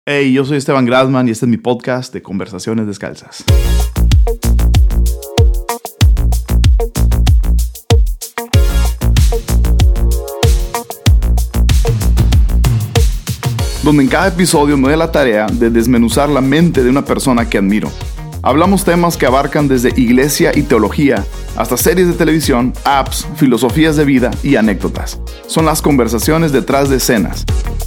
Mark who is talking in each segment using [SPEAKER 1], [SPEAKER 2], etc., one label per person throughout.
[SPEAKER 1] Hey, yo soy Esteban Grassman y este es mi podcast de Conversaciones Descalzas. Donde en cada episodio me doy la tarea de desmenuzar la mente de una persona que admiro. Hablamos temas que abarcan desde iglesia y teología hasta series de televisión, apps, filosofías de vida y anécdotas. Son las conversaciones detrás de escenas.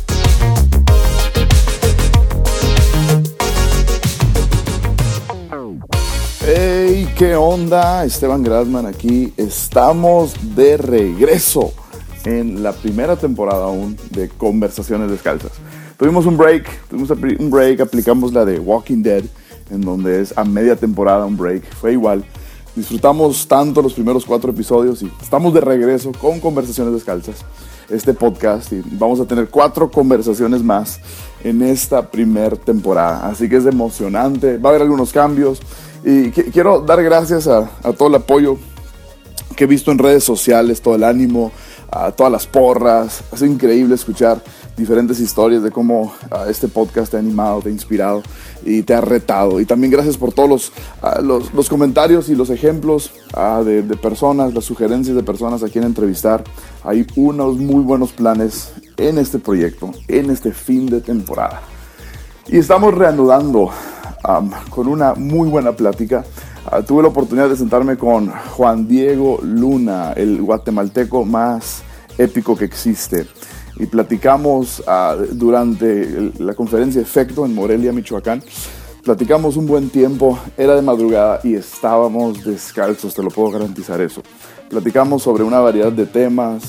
[SPEAKER 1] Hey, ¿qué onda? Esteban Grassman aquí. Estamos de regreso en la primera temporada aún de Conversaciones Descalzas. Tuvimos un break, aplicamos la de Walking Dead, en donde es a media temporada un break. Fue igual. Disfrutamos tanto los primeros 4 episodios y estamos de regreso con Conversaciones Descalzas, este podcast, y vamos a tener 4 conversaciones más en esta primera temporada. Así que es emocionante, va a haber algunos cambios y quiero dar gracias a todo el apoyo que he visto en redes sociales, todo el ánimo, a todas las porras. Ha sido increíble escuchar diferentes historias de cómo este podcast te ha animado, te ha inspirado y te ha retado. Y también gracias por todos los comentarios y los ejemplos de personas, las sugerencias de personas a quien entrevistar. Hay unos muy buenos planes en este proyecto, en este fin de temporada. Y estamos reanudando con una muy buena plática. Tuve la oportunidad de sentarme con Juan Diego Luna, el guatemalteco más épico que existe. Y platicamos durante la conferencia Efecto en Morelia, Michoacán. Platicamos un buen tiempo, era de madrugada y estábamos descalzos, te lo puedo garantizar eso. Platicamos sobre una variedad de temas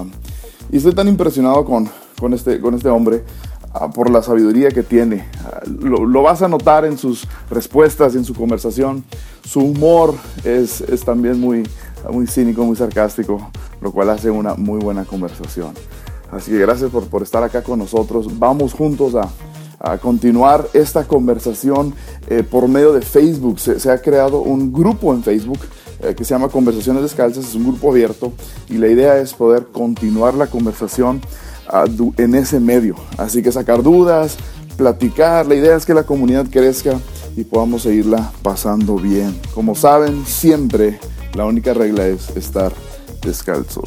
[SPEAKER 1] y estoy tan impresionado con este hombre por la sabiduría que tiene. Lo vas a notar en sus respuestas, en su conversación. Su humor es también muy cínico, muy sarcástico, lo cual hace una muy buena conversación. Así que gracias por estar acá con nosotros. Vamos juntos a continuar esta conversación por medio de Facebook. Se ha creado un grupo en Facebook que se llama Conversaciones Descalzas. Es un grupo abierto y la idea es poder continuar la conversación en ese medio. Así que sacar dudas, platicar. La idea es que la comunidad crezca y podamos seguirla pasando bien. Como saben, siempre la única regla es estar descalzos.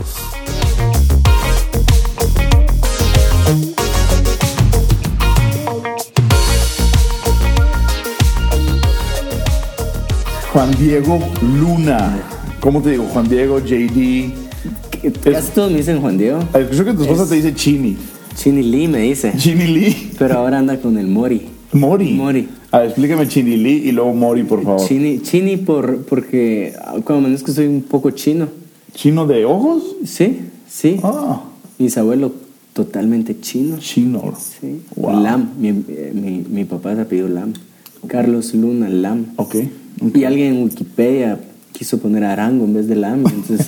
[SPEAKER 1] Juan Diego Luna. ¿Cómo te digo? Juan Diego, JD.
[SPEAKER 2] Casi todos me dicen Juan Diego.
[SPEAKER 1] Creo que tu esposa te dice Chini.
[SPEAKER 2] Chini Lee me dice.
[SPEAKER 1] Chini Lee.
[SPEAKER 2] Pero ahora anda con el Mori.
[SPEAKER 1] Mori. A ver, explícame Chini Lee y luego Mori, por favor.
[SPEAKER 2] Chini porque cuando me es que soy un poco chino.
[SPEAKER 1] ¿Chino de ojos?
[SPEAKER 2] Sí. Mis abuelos totalmente chinos.
[SPEAKER 1] Chino.
[SPEAKER 2] Sí.
[SPEAKER 1] Wow.
[SPEAKER 2] Lam. Mi papá se apellidó Lam. Carlos Luna Lam.
[SPEAKER 1] Okay.
[SPEAKER 2] Y alguien en Wikipedia quiso poner Arango en vez de Lam. Entonces,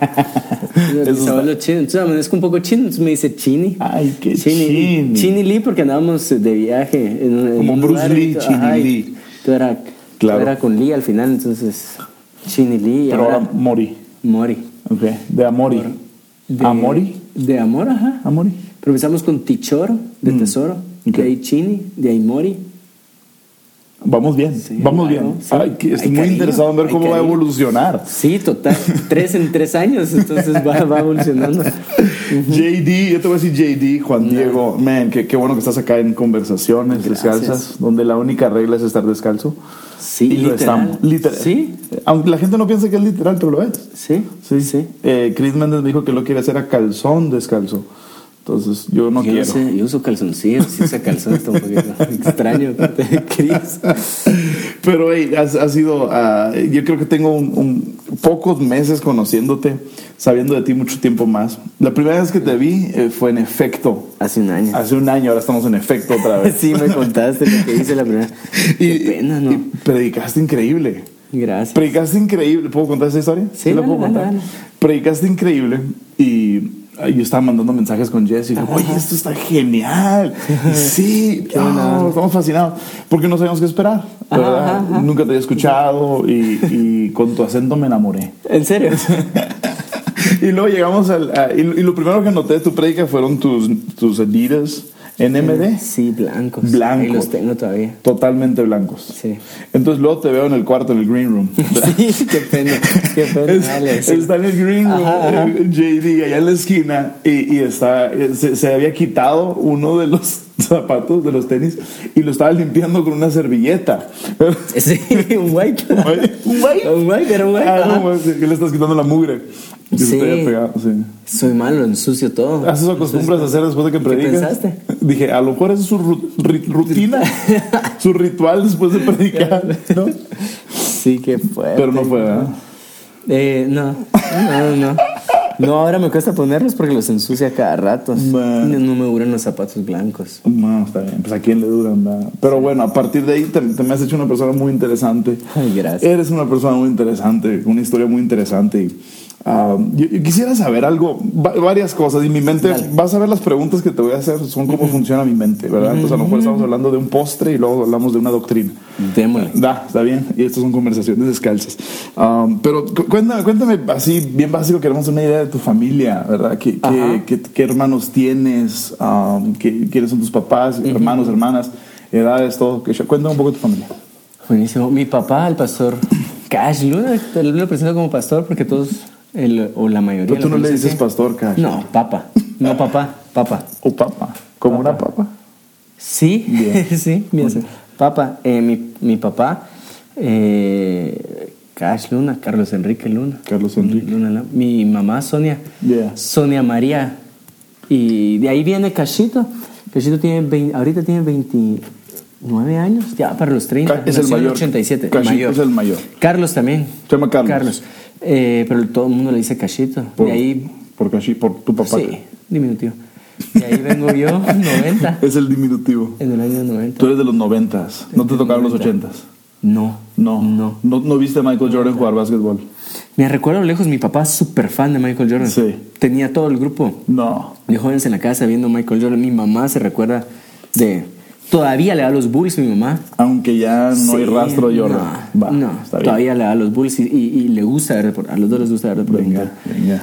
[SPEAKER 2] mis abuelos chinos. Entonces amanezco un poco chino. Entonces me dice Chini.
[SPEAKER 1] Ay, qué Chini.
[SPEAKER 2] Chini Lee porque andábamos de viaje.
[SPEAKER 1] Como Bruce Lee, Chini Lee.
[SPEAKER 2] Tú era con Lee al final. Entonces, Chini Lee.
[SPEAKER 1] Pero ahora Mori. Ok. De Amori. ¿Amori?
[SPEAKER 2] De amor, ajá.
[SPEAKER 1] Amori.
[SPEAKER 2] Pero empezamos con Tichoro, de tesoro. Okay. De ahí Chini, de ahí Mori.
[SPEAKER 1] Vamos bien,
[SPEAKER 2] sí,
[SPEAKER 1] vamos
[SPEAKER 2] claro,
[SPEAKER 1] bien.
[SPEAKER 2] Sí.
[SPEAKER 1] Estoy muy cariño, interesado en ver cómo va a evolucionar.
[SPEAKER 2] Sí, total. 3 en 3 años, entonces va evolucionando.
[SPEAKER 1] JD, yo te voy a decir JD, Juan Diego. Man, qué bueno que estás acá en Conversaciones Descalzas, donde la única regla es estar descalzo.
[SPEAKER 2] Sí,
[SPEAKER 1] y
[SPEAKER 2] literal.
[SPEAKER 1] lo estamos. Literal.
[SPEAKER 2] Sí.
[SPEAKER 1] Aunque la gente no piensa que es literal, pero lo es.
[SPEAKER 2] Sí.
[SPEAKER 1] Chris Méndez me dijo que lo quiere hacer a calzón descalzo. Entonces, yo no quiero.
[SPEAKER 2] Yo uso calzoncillos, sí, ese calzón está un poquito extraño, Chris.
[SPEAKER 1] Pero, hey, ha sido, yo creo que tengo pocos meses conociéndote, sabiendo de ti mucho tiempo más. La primera vez que te vi fue en Efecto.
[SPEAKER 2] Hace un año,
[SPEAKER 1] ahora estamos en Efecto otra vez.
[SPEAKER 2] Sí, me contaste lo que hice la primera. Qué pena, ¿no?
[SPEAKER 1] Y predicaste increíble.
[SPEAKER 2] Gracias.
[SPEAKER 1] Predicaste increíble. ¿Puedo contar esa historia?
[SPEAKER 2] Sí,
[SPEAKER 1] la puedo contar.
[SPEAKER 2] Dale.
[SPEAKER 1] Predicaste increíble y yo estaba mandando mensajes con Jess y digo, oye, esto está genial. Sí, estamos fascinados porque no sabíamos qué esperar, ¿verdad? Nunca te había escuchado y con tu acento me enamoré.
[SPEAKER 2] ¿En serio?
[SPEAKER 1] Y luego llegamos y lo primero que noté de tu prédica fueron tus Adidas ¿En MD?
[SPEAKER 2] Sí, blancos.
[SPEAKER 1] Blancos.
[SPEAKER 2] Ahí los tengo todavía.
[SPEAKER 1] Totalmente blancos.
[SPEAKER 2] Sí.
[SPEAKER 1] Entonces luego te veo en el cuarto, en el green room.
[SPEAKER 2] Sí, qué pena. Qué pena. Dale, sí.
[SPEAKER 1] Está en el green room,
[SPEAKER 2] Ajá.
[SPEAKER 1] JD, allá en la esquina, y se había quitado uno de los zapatos, de los tenis, y lo estaba limpiando con una servilleta.
[SPEAKER 2] Sí, un wipe.
[SPEAKER 1] ¿Un wipe?
[SPEAKER 2] Un wipe, era un wipe.
[SPEAKER 1] Ah,
[SPEAKER 2] Ajá.
[SPEAKER 1] no, que le estás quitando la mugre. Que se
[SPEAKER 2] Sí.
[SPEAKER 1] te haya pegado, sí.
[SPEAKER 2] Soy malo, ensucio todo.
[SPEAKER 1] ¿Haces eso acostumbras a hacer después de que predicas?
[SPEAKER 2] pensaste?
[SPEAKER 1] Dije, a lo mejor esa es su rutina, su ritual después de predicar, ¿no?
[SPEAKER 2] Sí, qué fuerte.
[SPEAKER 1] Pero no fue, ¿verdad?
[SPEAKER 2] No. No, ahora me cuesta ponerlos porque los ensucia cada rato.
[SPEAKER 1] Man.
[SPEAKER 2] No me duran los zapatos blancos.
[SPEAKER 1] No, está bien, pues a quién le duran, ¿verdad? Pero bueno, a partir de ahí te me has hecho una persona muy interesante.
[SPEAKER 2] Ay, gracias.
[SPEAKER 1] Eres una persona muy interesante, una historia muy interesante. Y, yo quisiera saber algo, varias cosas. Y mi mente,
[SPEAKER 2] Dale.
[SPEAKER 1] vas a ver las preguntas que te voy a hacer, son cómo funciona mi mente, ¿verdad? Entonces a lo mejor estamos hablando de un postre y luego hablamos de una doctrina.
[SPEAKER 2] Démosle.
[SPEAKER 1] Está bien. Y estas son conversaciones descalzas. Pero cuéntame así, bien básico, queremos una idea de tu familia, ¿verdad? ¿Qué hermanos tienes? ¿Quiénes son tus papás, hermanos, hermanas, edades, todo? Cuéntame un poco de tu familia.
[SPEAKER 2] Buenísimo. Mi papá, el pastor Cash Luna, lo presento como pastor porque todos, o la mayoría.
[SPEAKER 1] Pero tú
[SPEAKER 2] lo
[SPEAKER 1] no le
[SPEAKER 2] conocen
[SPEAKER 1] dices
[SPEAKER 2] así.
[SPEAKER 1] pastor, Cash.
[SPEAKER 2] No, papá. No, papá.
[SPEAKER 1] O papa. ¿Como una papa?
[SPEAKER 2] Sí,
[SPEAKER 1] Bien.
[SPEAKER 2] sí, bien. Papá, mi papá, Cash Luna, Carlos Enrique Luna.
[SPEAKER 1] Carlos Enrique.
[SPEAKER 2] Luna. Mi mamá, Sonia.
[SPEAKER 1] Yeah.
[SPEAKER 2] Sonia María. Y de ahí viene Cachito. Cachito ahorita tiene 29 años, ya para los 30.
[SPEAKER 1] Es el
[SPEAKER 2] Nació en
[SPEAKER 1] mayor.
[SPEAKER 2] 87.
[SPEAKER 1] Cachito es el mayor.
[SPEAKER 2] Carlos también.
[SPEAKER 1] Se llama Carlos.
[SPEAKER 2] Pero todo el mundo le dice Cachito. De ahí.
[SPEAKER 1] Por tu papá.
[SPEAKER 2] Sí, diminutivo. De ahí vengo yo, 90.
[SPEAKER 1] Es el diminutivo.
[SPEAKER 2] En el año 90.
[SPEAKER 1] Tú eres de los 90s. ¿No te tocaron los 80s?
[SPEAKER 2] No.
[SPEAKER 1] ¿No viste a Michael Jordan jugar básquetbol?
[SPEAKER 2] Me recuerdo a lo lejos, mi papá es súper fan de Michael Jordan.
[SPEAKER 1] Sí.
[SPEAKER 2] Tenía todo el grupo
[SPEAKER 1] No.
[SPEAKER 2] de jóvenes en la casa viendo Michael Jordan. Mi mamá se recuerda de... Todavía le da los Bulls mi mamá.
[SPEAKER 1] Aunque ya no hay
[SPEAKER 2] Sí,
[SPEAKER 1] rastro de Jordan.
[SPEAKER 2] No,
[SPEAKER 1] está bien.
[SPEAKER 2] todavía le da los Bulls y le gusta ver deporte. A los dos les gusta ver deporte.
[SPEAKER 1] Venga.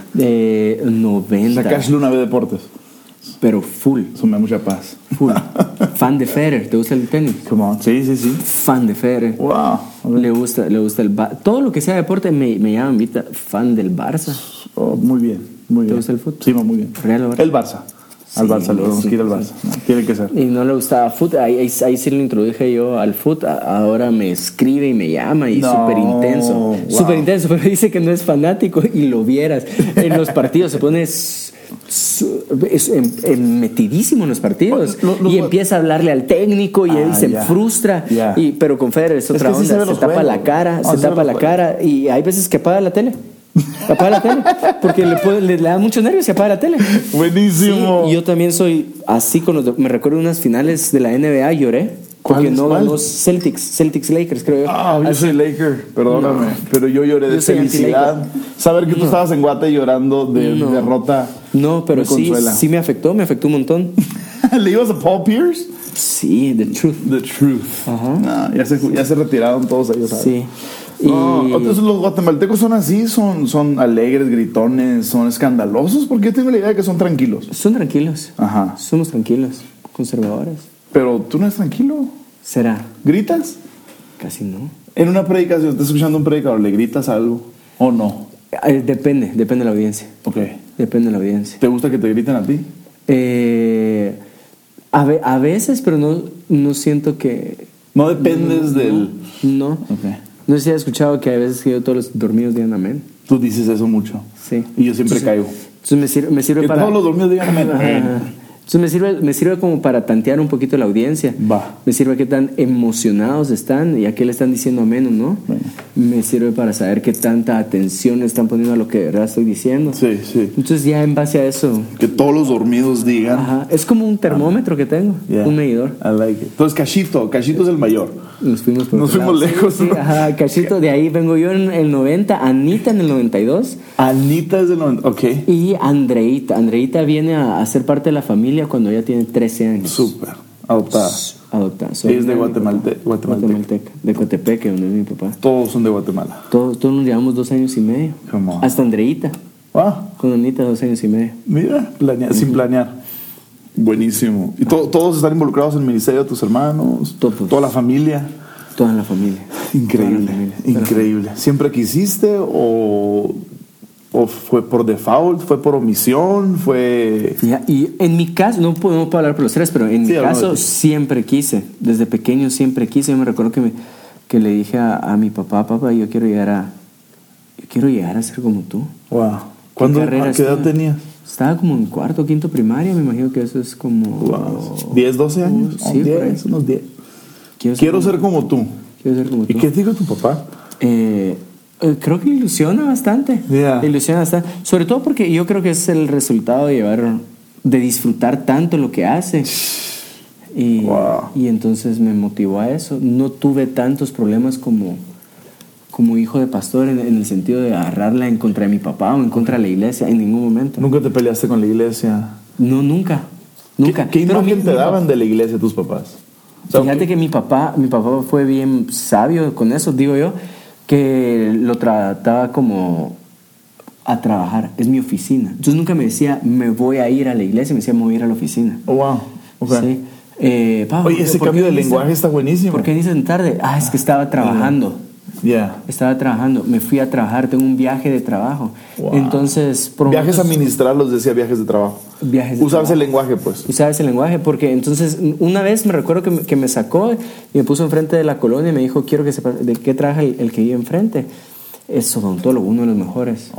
[SPEAKER 2] 90.
[SPEAKER 1] Cash Luna ve deportes.
[SPEAKER 2] Pero full.
[SPEAKER 1] Eso me da mucha paz.
[SPEAKER 2] Fan de Federer. ¿Te gusta el tenis?
[SPEAKER 1] Come on. Sí.
[SPEAKER 2] Fan de Federer.
[SPEAKER 1] Wow.
[SPEAKER 2] Le gusta el todo lo que sea deporte me llama, invita. Fan del Barça.
[SPEAKER 1] Oh, muy bien.
[SPEAKER 2] ¿Te gusta el fútbol?
[SPEAKER 1] Sí, muy bien.
[SPEAKER 2] Real o Barça.
[SPEAKER 1] El Barça. Al
[SPEAKER 2] Sí,
[SPEAKER 1] Barça, le vamos a ir al Barça. No, tiene que ser.
[SPEAKER 2] Y no le gustaba fútbol. Ahí sí lo introduje yo al fútbol. Ahora me escribe y me llama y
[SPEAKER 1] No,
[SPEAKER 2] súper intenso.
[SPEAKER 1] wow.
[SPEAKER 2] Súper intenso, pero dice que no es fanático y lo vieras. En los partidos se pone metidísimo en los partidos. Y empieza a hablarle al técnico y él se
[SPEAKER 1] ya.
[SPEAKER 2] frustra.
[SPEAKER 1] Ya.
[SPEAKER 2] Pero con Federer es otra
[SPEAKER 1] que sí
[SPEAKER 2] onda.
[SPEAKER 1] se ve
[SPEAKER 2] Se
[SPEAKER 1] los
[SPEAKER 2] tapa
[SPEAKER 1] juegos.
[SPEAKER 2] la cara,
[SPEAKER 1] No,
[SPEAKER 2] se
[SPEAKER 1] sí se
[SPEAKER 2] tapa
[SPEAKER 1] ve
[SPEAKER 2] la
[SPEAKER 1] los
[SPEAKER 2] cara. Y hay veces que apaga la tele. Apaga la tele. Porque le da mucho nervio y apaga la tele.
[SPEAKER 1] Buenísimo.
[SPEAKER 2] Sí, y yo también soy así con me recuerdo unas finales de la NBA, lloré porque no
[SPEAKER 1] ¿Cuál?
[SPEAKER 2] ganó Celtics Lakers, creo yo.
[SPEAKER 1] Yo soy Laker, perdóname, pero yo lloré de
[SPEAKER 2] Yo soy
[SPEAKER 1] felicidad. Saber que tú estabas en Guate llorando de derrota.
[SPEAKER 2] No, pero
[SPEAKER 1] me
[SPEAKER 2] sí
[SPEAKER 1] consuela.
[SPEAKER 2] me afectó un montón.
[SPEAKER 1] ¿Le ibas a Paul Pierce?
[SPEAKER 2] Sí, the truth.
[SPEAKER 1] The Truth.
[SPEAKER 2] Ajá.
[SPEAKER 1] No, ya se retiraron todos ellos, ¿sabes?
[SPEAKER 2] Sí.
[SPEAKER 1] No, entonces los guatemaltecos son así, son alegres, gritones, son escandalosos, porque yo tengo la idea de que son tranquilos.
[SPEAKER 2] Son tranquilos.
[SPEAKER 1] Ajá.
[SPEAKER 2] Somos tranquilos, conservadores.
[SPEAKER 1] Pero tú no eres tranquilo.
[SPEAKER 2] ¿Será?
[SPEAKER 1] ¿Gritas?
[SPEAKER 2] Casi no.
[SPEAKER 1] En una predicación, estás escuchando un predicador, ¿le gritas algo o no?
[SPEAKER 2] Depende de la audiencia.
[SPEAKER 1] Ok.
[SPEAKER 2] Depende de la audiencia.
[SPEAKER 1] ¿Te gusta que te griten a ti?
[SPEAKER 2] A veces, pero no siento que...
[SPEAKER 1] No dependes del...
[SPEAKER 2] No.
[SPEAKER 1] Ok.
[SPEAKER 2] No sé si has escuchado que a veces que todos los dormidos digan amén.
[SPEAKER 1] Tú dices eso mucho.
[SPEAKER 2] Sí.
[SPEAKER 1] Y yo siempre caigo.
[SPEAKER 2] Entonces me sirve
[SPEAKER 1] Que
[SPEAKER 2] para...
[SPEAKER 1] todos los dormidos digan amén.
[SPEAKER 2] Ajá. Entonces me sirve como para tantear un poquito la audiencia.
[SPEAKER 1] Va.
[SPEAKER 2] Me sirve qué tan emocionados están y a qué le están diciendo amén o no.
[SPEAKER 1] Bueno.
[SPEAKER 2] Me sirve para saber qué tanta atención le están poniendo a lo que de verdad estoy diciendo.
[SPEAKER 1] Sí.
[SPEAKER 2] Entonces ya en base a eso...
[SPEAKER 1] Que todos los dormidos digan.
[SPEAKER 2] Ajá. Es como un termómetro que tengo.
[SPEAKER 1] Yeah.
[SPEAKER 2] Un medidor.
[SPEAKER 1] I like it. Entonces, Cachito es el mayor.
[SPEAKER 2] Nos fuimos por
[SPEAKER 1] Nos
[SPEAKER 2] otro
[SPEAKER 1] fuimos
[SPEAKER 2] lado.
[SPEAKER 1] lejos,
[SPEAKER 2] Sí,
[SPEAKER 1] ¿no?
[SPEAKER 2] ajá, Cachito, de ahí vengo yo en el 90, Anita en el 92
[SPEAKER 1] Anita es del 90. Ok.
[SPEAKER 2] y Andreita. Andreita viene a ser parte de la familia cuando ella tiene 13 años.
[SPEAKER 1] Súper. Adoptada.
[SPEAKER 2] Adoptada.
[SPEAKER 1] Es de Guatemalteca.
[SPEAKER 2] Guatemalteca. De Cotepeque, donde es mi papá.
[SPEAKER 1] Todos son de Guatemala.
[SPEAKER 2] Todos nos llevamos 2 años y medio.
[SPEAKER 1] Come on.
[SPEAKER 2] Hasta Andreita.
[SPEAKER 1] Ah,
[SPEAKER 2] Con Anita 2 años y medio.
[SPEAKER 1] mira, sin planear. Buenísimo. ¿Y todos están involucrados en el ministerio, tus hermanos?
[SPEAKER 2] Todos.
[SPEAKER 1] ¿Toda la familia?
[SPEAKER 2] Toda la familia.
[SPEAKER 1] Increíble,
[SPEAKER 2] Toda la familia.
[SPEAKER 1] increíble. ¿Siempre quisiste o fue por default, fue por omisión, fue...?
[SPEAKER 2] Y en mi caso, no podemos hablar por los tres, pero en mi caso siempre quise. Desde pequeño siempre quise. Yo me recuerdo que le dije a mi papá, yo quiero llegar a ser como tú.
[SPEAKER 1] Wow. ¿A qué edad tenías?
[SPEAKER 2] Estaba como en cuarto o quinto primaria, me imagino que eso es como...
[SPEAKER 1] Wow. ¿10, 12 años?
[SPEAKER 2] Sí,
[SPEAKER 1] 10, unos 10. Quiero ser como tú. ¿Y qué dijo tu papá?
[SPEAKER 2] Creo que le ilusiona bastante.
[SPEAKER 1] Yeah.
[SPEAKER 2] Le ilusiona bastante. Sobre todo porque yo creo que es el resultado de disfrutar tanto lo que hace. Y entonces me motivó a eso. No tuve tantos problemas como hijo de pastor en el sentido de agarrarla en contra de mi papá o en contra de la iglesia en ningún momento.
[SPEAKER 1] ¿Nunca te peleaste con la iglesia?
[SPEAKER 2] No, nunca.
[SPEAKER 1] ¿Qué imagen te daban de la iglesia tus papás?
[SPEAKER 2] Fíjate que mi papá fue bien sabio con eso, digo yo, que lo trataba como a trabajar. Es mi oficina. Entonces nunca me decía, me voy a ir a la iglesia, me decía, me voy a ir a la oficina.
[SPEAKER 1] Oh, wow. Okay.
[SPEAKER 2] Sí.
[SPEAKER 1] Oye, ese cambio de lenguaje está buenísimo.
[SPEAKER 2] ¿Por qué dicen tarde? Es que estaba trabajando. Estaba trabajando. Me fui a trabajar, tengo un viaje de trabajo. Wow. Entonces,
[SPEAKER 1] viajes a ministrar, los decía viajes de trabajo. Usaba ese lenguaje, pues.
[SPEAKER 2] Usaba ese lenguaje porque entonces una vez me recuerdo que me sacó y me puso enfrente de la colonia y me dijo, quiero que sepas de qué trabaja el que vive enfrente. Es odontólogo, uno de los mejores.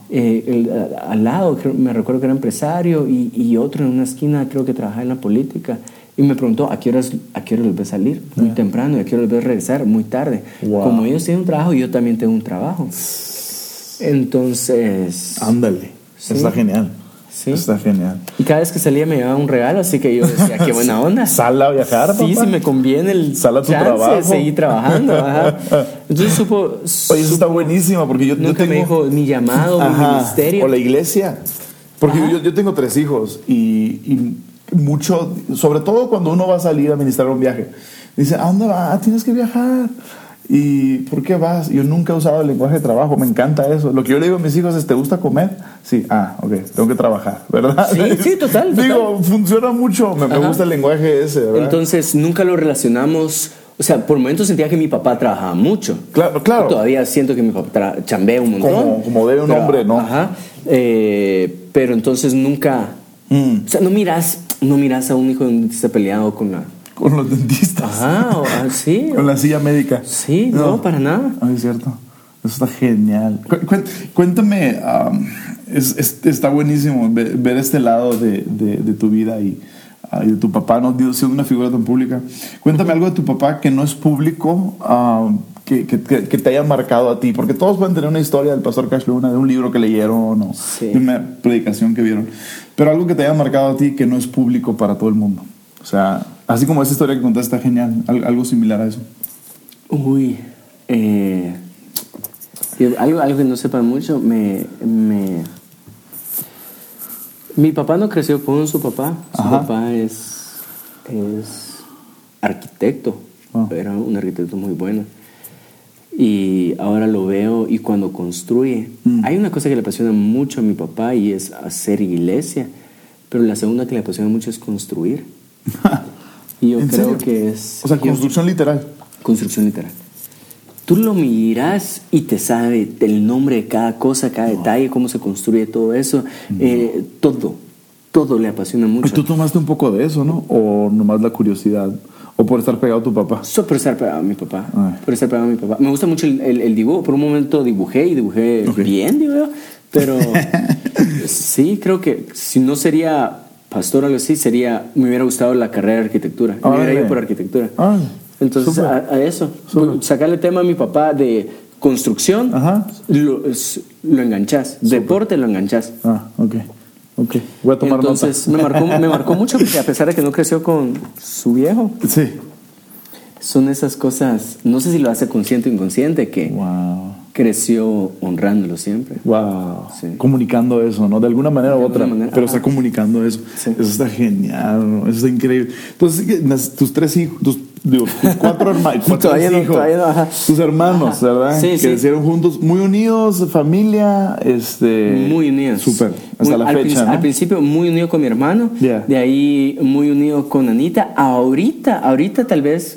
[SPEAKER 2] Al lado, me recuerdo que era empresario y otro en una esquina creo que trabajaba en la política. Y me preguntó, ¿a qué horas los ves salir? Muy temprano. ¿Y a qué horas los ves regresar? Muy tarde. Wow. Como ellos tienen un trabajo, yo también tengo un trabajo. Entonces...
[SPEAKER 1] Ándale. ¿Sí? Está genial.
[SPEAKER 2] Sí.
[SPEAKER 1] Está genial.
[SPEAKER 2] Y cada vez que salía me llevaba un regalo, así que yo decía, qué buena onda.
[SPEAKER 1] Sal a viajar, papá.
[SPEAKER 2] Sí, si me conviene el
[SPEAKER 1] sal a tu trabajo.
[SPEAKER 2] Seguir trabajando. Ajá. Entonces
[SPEAKER 1] Oye, eso está buenísimo, porque yo
[SPEAKER 2] nunca
[SPEAKER 1] tengo...
[SPEAKER 2] me dijo mi llamado, mi ministerio.
[SPEAKER 1] O la iglesia. Porque yo tengo 3 hijos y mucho, sobre todo cuando uno va a salir a ministrar un viaje, dice, ¿a dónde vas? Tienes que viajar. ¿Y por qué vas? Yo nunca he usado el lenguaje de trabajo, me encanta eso. Lo que yo le digo a mis hijos es, ¿te gusta comer? Sí, ok, tengo que trabajar, ¿verdad?
[SPEAKER 2] Sí, total.
[SPEAKER 1] Digo, funciona mucho, me gusta el lenguaje ese, ¿verdad?
[SPEAKER 2] Entonces, nunca lo relacionamos. O sea, por momentos sentía que mi papá trabajaba mucho.
[SPEAKER 1] Claro.
[SPEAKER 2] Todavía siento que mi papá chambea un montón.
[SPEAKER 1] Como debe un hombre, ¿no?
[SPEAKER 2] Ajá. Pero entonces nunca... O sea, no miras a un hijo de un dentista peleado con
[SPEAKER 1] los dentistas.
[SPEAKER 2] Sí.
[SPEAKER 1] Con la silla médica.
[SPEAKER 2] Sí, no, para nada.
[SPEAKER 1] Es cierto. Eso está genial. Cuéntame, está buenísimo ver este lado de tu vida y de tu papá, ¿no? Siendo una figura tan pública. Cuéntame algo de tu papá que no es público, que te haya marcado a ti, porque todos pueden tener una historia del pastor Cash Luna, de un libro que leyeron o de una predicación que vieron, pero algo que te haya marcado a ti que no es público para todo el mundo. O sea, así como esa historia que contaste está genial, algo similar a eso.
[SPEAKER 2] Algo que no sepan mucho, mi papá no creció con su papá. Su papá es arquitecto. Era un arquitecto muy bueno. Y ahora lo veo y cuando construye, hay una cosa que le apasiona mucho a mi papá y es hacer iglesia, pero la segunda que le apasiona mucho es construir. Y yo creo que es...
[SPEAKER 1] O sea, construcción literal.
[SPEAKER 2] Construcción literal. Tú lo miras y te sabe el nombre de cada cosa, cada detalle, cómo se construye todo eso. Todo le apasiona mucho.
[SPEAKER 1] ¿Y tú tomaste un poco de eso, no? ¿O nomás la curiosidad? ¿O por estar pegado a tu papá?
[SPEAKER 2] Por estar pegado a mi papá. Me gusta mucho el dibujo. Por un momento dibujé bien, digo yo. Pero sí, creo que si no sería pastor o algo así, me hubiera gustado la carrera de arquitectura. Me hubiera ido por arquitectura. Entonces, a eso. Sacarle tema a mi papá de construcción, lo enganchás. Deporte, lo enganchás.
[SPEAKER 1] Ok, voy a tomar
[SPEAKER 2] Entonces, nota. me marcó mucho porque a pesar de que no creció con su viejo,
[SPEAKER 1] sí,
[SPEAKER 2] son esas cosas, no sé si lo hace consciente o inconsciente, que creció honrándolo siempre.
[SPEAKER 1] Wow.
[SPEAKER 2] Sí.
[SPEAKER 1] Comunicando eso, ¿no? De alguna manera u otra.
[SPEAKER 2] manera,
[SPEAKER 1] pero está comunicando eso.
[SPEAKER 2] Sí.
[SPEAKER 1] Eso está genial, ¿no? Eso está increíble. Entonces, tus 3 hijos, tus 4 hermanos,
[SPEAKER 2] Todavía no, ajá.
[SPEAKER 1] tus hermanos, ¿verdad?
[SPEAKER 2] Sí,
[SPEAKER 1] que crecieron juntos, muy unidos, familia,
[SPEAKER 2] muy unidos.
[SPEAKER 1] Súper. Hasta la fecha, ¿no?
[SPEAKER 2] Al principio muy unido con mi hermano,
[SPEAKER 1] Yeah.
[SPEAKER 2] De ahí muy unido con Anita. Ahorita tal vez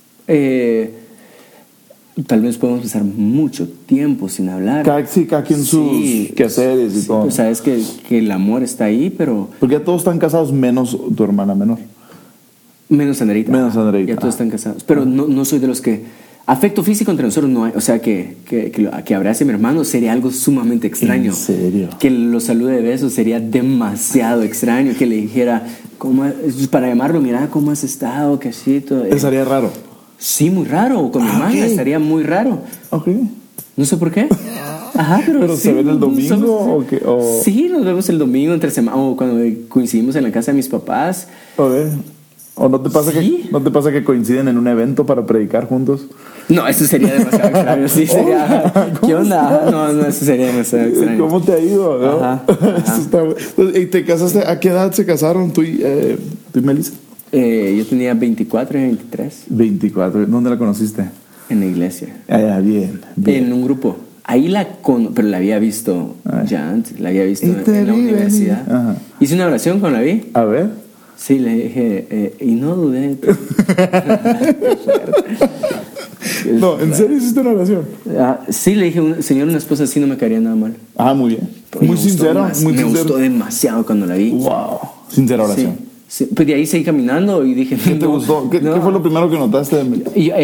[SPEAKER 2] podemos pasar mucho tiempo sin hablar.
[SPEAKER 1] Cada quien sus quehaceres y todo.
[SPEAKER 2] Pues sabes que el amor está ahí, pero...
[SPEAKER 1] Porque ya todos están casados menos tu hermana menor.
[SPEAKER 2] Menos Andreita. Ya todos están casados. Pero no soy de los que... Afecto físico entre nosotros no hay. O sea, que abrace a mi hermano sería algo sumamente extraño.
[SPEAKER 1] ¿En serio?
[SPEAKER 2] Que lo salude de besos sería demasiado extraño. Que le dijera, para llamarlo, mira, ¿cómo has estado? Casito.
[SPEAKER 1] Estaría raro.
[SPEAKER 2] Sí, muy raro. Con mi hermana estaría muy raro.
[SPEAKER 1] Ok.
[SPEAKER 2] No sé por qué. Ajá, pero sí,
[SPEAKER 1] ¿se ven el domingo o qué?
[SPEAKER 2] Sí, nos vemos el domingo entre semana o cuando coincidimos en la casa de mis papás.
[SPEAKER 1] ¿O no te pasa que coinciden en un evento para predicar juntos?
[SPEAKER 2] No, eso sería demasiado extraño. Sí, sería. ¿Qué onda? No, eso sería demasiado extraño.
[SPEAKER 1] ¿Cómo te ha ido? ¿No?
[SPEAKER 2] Ajá.
[SPEAKER 1] ¿Y te casaste? ¿A qué edad se casaron tú y Melissa?
[SPEAKER 2] Yo tenía 24 y 23.
[SPEAKER 1] 24. ¿Dónde la conociste?
[SPEAKER 2] En la iglesia.
[SPEAKER 1] Bien.
[SPEAKER 2] En un grupo. Ahí pero la había visto ya antes. La había visto en la universidad.
[SPEAKER 1] Ajá.
[SPEAKER 2] Hice una oración cuando la vi.
[SPEAKER 1] A ver.
[SPEAKER 2] Sí, le dije, y no dudé.
[SPEAKER 1] No, ¿en serio hiciste una oración?
[SPEAKER 2] Sí, le dije, Señor, una esposa así no me caería nada mal.
[SPEAKER 1] Muy bien. Muy sincero.
[SPEAKER 2] Me gustó demasiado cuando la vi.
[SPEAKER 1] Wow. Sincera oración.
[SPEAKER 2] Sí. Pues de ahí seguí caminando y dije...
[SPEAKER 1] ¿Qué te gustó? ¿Qué fue lo primero que notaste de mí?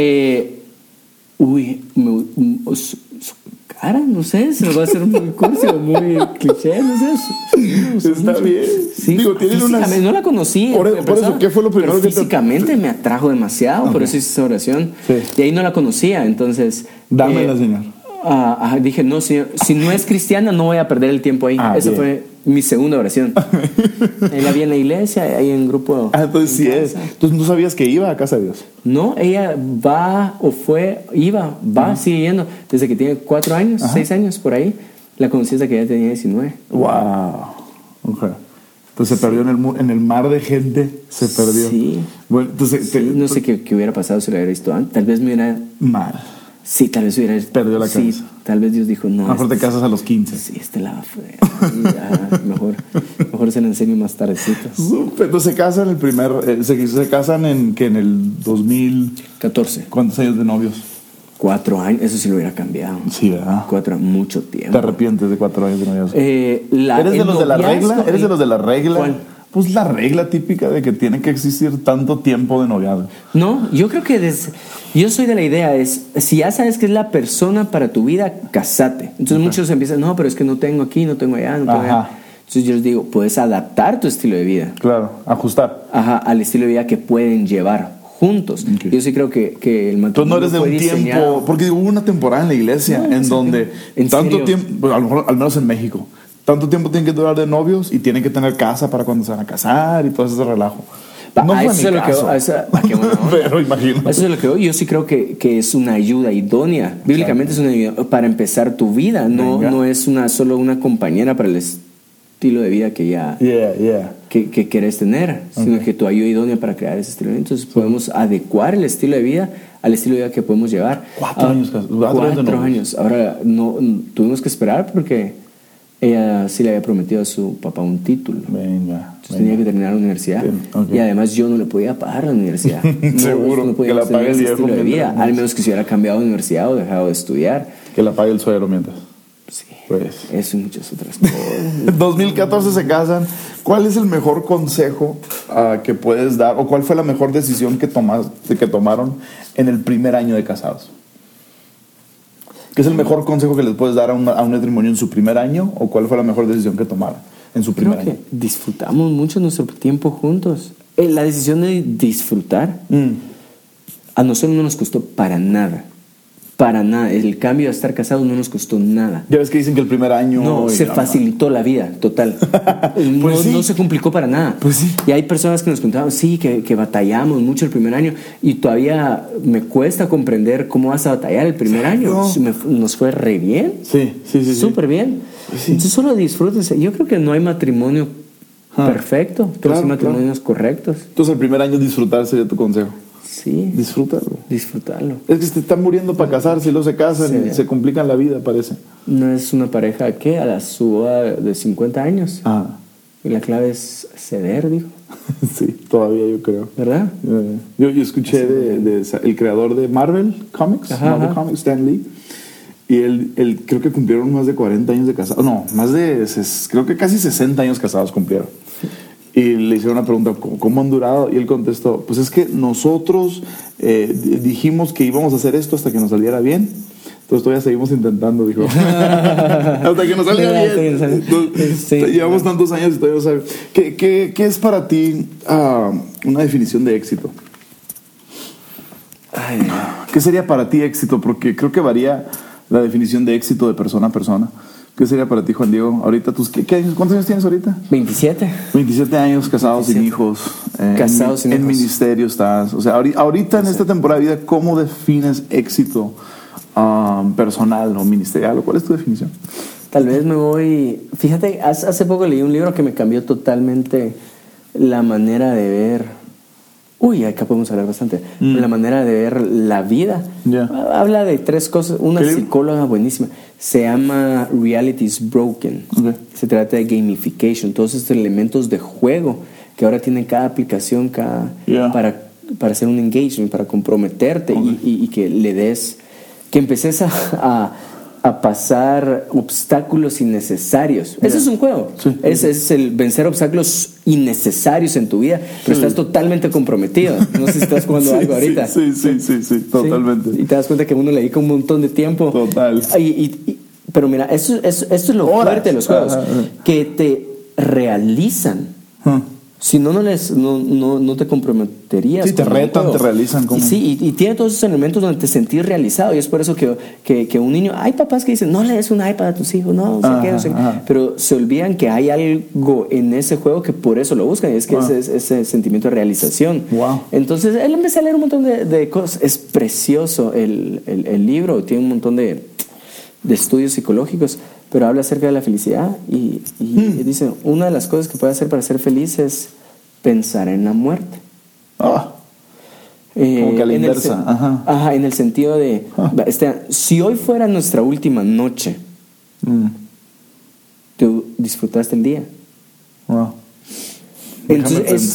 [SPEAKER 2] Su cara, no sé, se nos va a hacer muy cursi o muy cliché, no sé.
[SPEAKER 1] Está bien.
[SPEAKER 2] Sí,
[SPEAKER 1] digo, tienen unas...
[SPEAKER 2] No la conocí.
[SPEAKER 1] Por eso, ¿qué fue lo primero que
[SPEAKER 2] físicamente me atrajo demasiado, por eso hice esa oración.
[SPEAKER 1] Sí.
[SPEAKER 2] Y ahí no la conocía, entonces...
[SPEAKER 1] Dámela, Señor.
[SPEAKER 2] Dije, no, Señor, si no es cristiana, no voy a perder el tiempo ahí. Esa fue mi segunda oración. Ahí la vi en la iglesia, ahí en grupo.
[SPEAKER 1] Entonces sí es. Entonces no sabías que iba a casa de Dios.
[SPEAKER 2] No, ella sigue yendo desde que tiene 4 años, 6 años por ahí. La conocí desde que ella tenía 19.
[SPEAKER 1] Wow. Okay. Entonces se perdió en el mar de gente, se perdió.
[SPEAKER 2] Sí.
[SPEAKER 1] Bueno, entonces
[SPEAKER 2] no sé qué hubiera pasado si lo hubiera visto antes. Tal vez me hubiera...
[SPEAKER 1] Mal.
[SPEAKER 2] Sí, tal vez hubiera...
[SPEAKER 1] Perdió la casa.
[SPEAKER 2] Sí, tal vez Dios dijo, no.
[SPEAKER 1] A lo mejor te casas a los 15.
[SPEAKER 2] Sí, la fue. Mejor se la enseño más tardecitas.
[SPEAKER 1] Entonces se casan se casan en el 2014. ¿Cuántos años de novios?
[SPEAKER 2] 4 años, eso sí lo hubiera cambiado.
[SPEAKER 1] Sí, ¿verdad?
[SPEAKER 2] 4, mucho tiempo.
[SPEAKER 1] ¿Te arrepientes de 4 años de novios?
[SPEAKER 2] ¿Eres
[SPEAKER 1] de los de la regla? ¿Eres de los de la regla?
[SPEAKER 2] ¿Cuál?
[SPEAKER 1] Pues la regla típica de que tiene que existir tanto tiempo de noviazgo.
[SPEAKER 2] No, yo creo que yo soy de la idea si ya sabes que es la persona para tu vida, casate. Entonces muchos empiezan, no, pero es que no tengo aquí, no tengo allá, no tengo allá. Entonces yo les digo, puedes adaptar tu estilo de vida.
[SPEAKER 1] Claro, ajustar.
[SPEAKER 2] Al estilo de vida que pueden llevar juntos. Okay. Yo sí creo que el matrimonio
[SPEAKER 1] tú no eres de un tiempo, porque hubo una temporada en la iglesia en donde tanto tiempo, pues a lo mejor al menos en México, tanto tiempo tienen que durar de novios y tienen que tener casa para cuando se van a casar y todo ese relajo. No fue mi caso. Pero imagino.
[SPEAKER 2] Eso es lo que yo sí creo que es una ayuda idónea. Bíblicamente es una ayuda para empezar tu vida. No es solo una compañera para el estilo de vida que ya que quieres tener, sino que tu ayuda idónea para crear ese estilo de vida. Entonces podemos adecuar el estilo de vida al estilo de vida que podemos llevar.
[SPEAKER 1] 4 años.
[SPEAKER 2] 4 años. Ahora tuvimos que esperar porque ella sí le había prometido a su papá un título. Entonces tenía que terminar la universidad. Okay. Y además yo no le podía pagar la universidad.
[SPEAKER 1] Seguro.
[SPEAKER 2] No podía tener ese estilo de vida. Al menos que se hubiera cambiado de universidad o dejado de estudiar.
[SPEAKER 1] Que la pague el suegro mientras.
[SPEAKER 2] Sí.
[SPEAKER 1] Pues.
[SPEAKER 2] Eso y muchas otras cosas.
[SPEAKER 1] En 2014 se casan. ¿Cuál es el mejor consejo que puedes dar? ¿O cuál fue la mejor decisión que tomaron en el primer año de casados? ¿Qué es el mejor consejo que les puedes dar a un matrimonio en su primer año? ¿O cuál fue la mejor decisión que tomaron en su primer año?
[SPEAKER 2] Creo que disfrutamos mucho nuestro tiempo juntos. La decisión de disfrutar a nosotros no nos costó para nada. Para nada. El cambio de estar casado no nos costó nada.
[SPEAKER 1] Ya ves que dicen que el primer año...
[SPEAKER 2] No, se facilitó la vida, total.
[SPEAKER 1] Pues sí.
[SPEAKER 2] No se complicó para nada.
[SPEAKER 1] Pues sí.
[SPEAKER 2] Y hay personas que nos contaban, sí, que batallamos mucho el primer año. Y todavía me cuesta comprender cómo vas a batallar el primer año. Nos fue re bien.
[SPEAKER 1] Sí.
[SPEAKER 2] Súper bien.
[SPEAKER 1] Sí.
[SPEAKER 2] Entonces solo disfrútense. Yo creo que no hay matrimonio perfecto, pero sí matrimonios correctos.
[SPEAKER 1] Entonces el primer año disfrutar sería tu consejo.
[SPEAKER 2] Sí. Disfrutarlo.
[SPEAKER 1] Es que se están muriendo para casarse y luego se casan y se complican la vida, parece.
[SPEAKER 2] No es una pareja que a su boda de 50 años. Y la clave es ceder, dijo.
[SPEAKER 1] Sí, todavía yo creo.
[SPEAKER 2] ¿Verdad?
[SPEAKER 1] Yo escuché de el creador de Marvel Comics, Comics, Stan Lee. Y él creo que cumplieron más de 40 años de casados. No, creo que casi 60 años casados cumplieron. Y le hicieron una pregunta, ¿cómo han durado? Y él contestó, pues es que nosotros dijimos que íbamos a hacer esto hasta que nos saliera bien. Entonces todavía seguimos intentando, dijo. Hasta que nos salga bien. Llevamos tantos años y todavía no sabemos. ¿Qué es para ti una definición de éxito? ¿Qué sería para ti éxito? Porque creo que varía la definición de éxito de persona a persona. ¿Qué sería para ti, Juan Diego? Ahorita, ¿cuántos años tienes ahorita?
[SPEAKER 2] 27.
[SPEAKER 1] 27 años, casados, 27. Sin hijos.
[SPEAKER 2] Casados sin hijos.
[SPEAKER 1] En ministerio estás. O sea, ahorita en esta temporada de vida, ¿cómo defines éxito personal o ministerial? ¿Cuál es tu definición?
[SPEAKER 2] Tal vez me voy... Fíjate, hace poco leí un libro que me cambió totalmente la manera de ver... acá podemos hablar bastante. La manera de ver la vida. Habla de 3 cosas. Una psicóloga buenísima. Se llama Reality is Broken. Se trata de gamification. Todos estos elementos de juego que ahora tienen cada aplicación para hacer un engagement, para comprometerte y que le des... Que empeces a pasar obstáculos innecesarios. Ese es un juego. Ese es el vencer obstáculos innecesarios en tu vida, pero estás totalmente comprometido. No sé si estás jugando algo ahorita.
[SPEAKER 1] Sí, totalmente.
[SPEAKER 2] Y te das cuenta que uno le dedica un montón de tiempo.
[SPEAKER 1] Total.
[SPEAKER 2] Pero mira, esto es lo fuerte de los juegos, que te realizan. Si no te comprometerías.
[SPEAKER 1] Sí, te retan, te realizan.
[SPEAKER 2] Y tiene todos esos elementos donde te sentís realizado. Y es por eso que un niño... Hay papás que dicen, no le des un iPad a tus hijos, no sé qué. Pero se olvidan que hay algo en ese juego que por eso lo buscan. Y es que ese sentimiento de realización. Entonces, él empezó a leer un montón de cosas. Es precioso el libro. Tiene un montón de estudios psicológicos, pero habla acerca de la felicidad y dice, una de las cosas que puede hacer para ser feliz es pensar en la muerte.
[SPEAKER 1] Como que a la inversa.
[SPEAKER 2] En el sentido de, si hoy fuera nuestra última noche, ¿tú disfrutaste el día? Entonces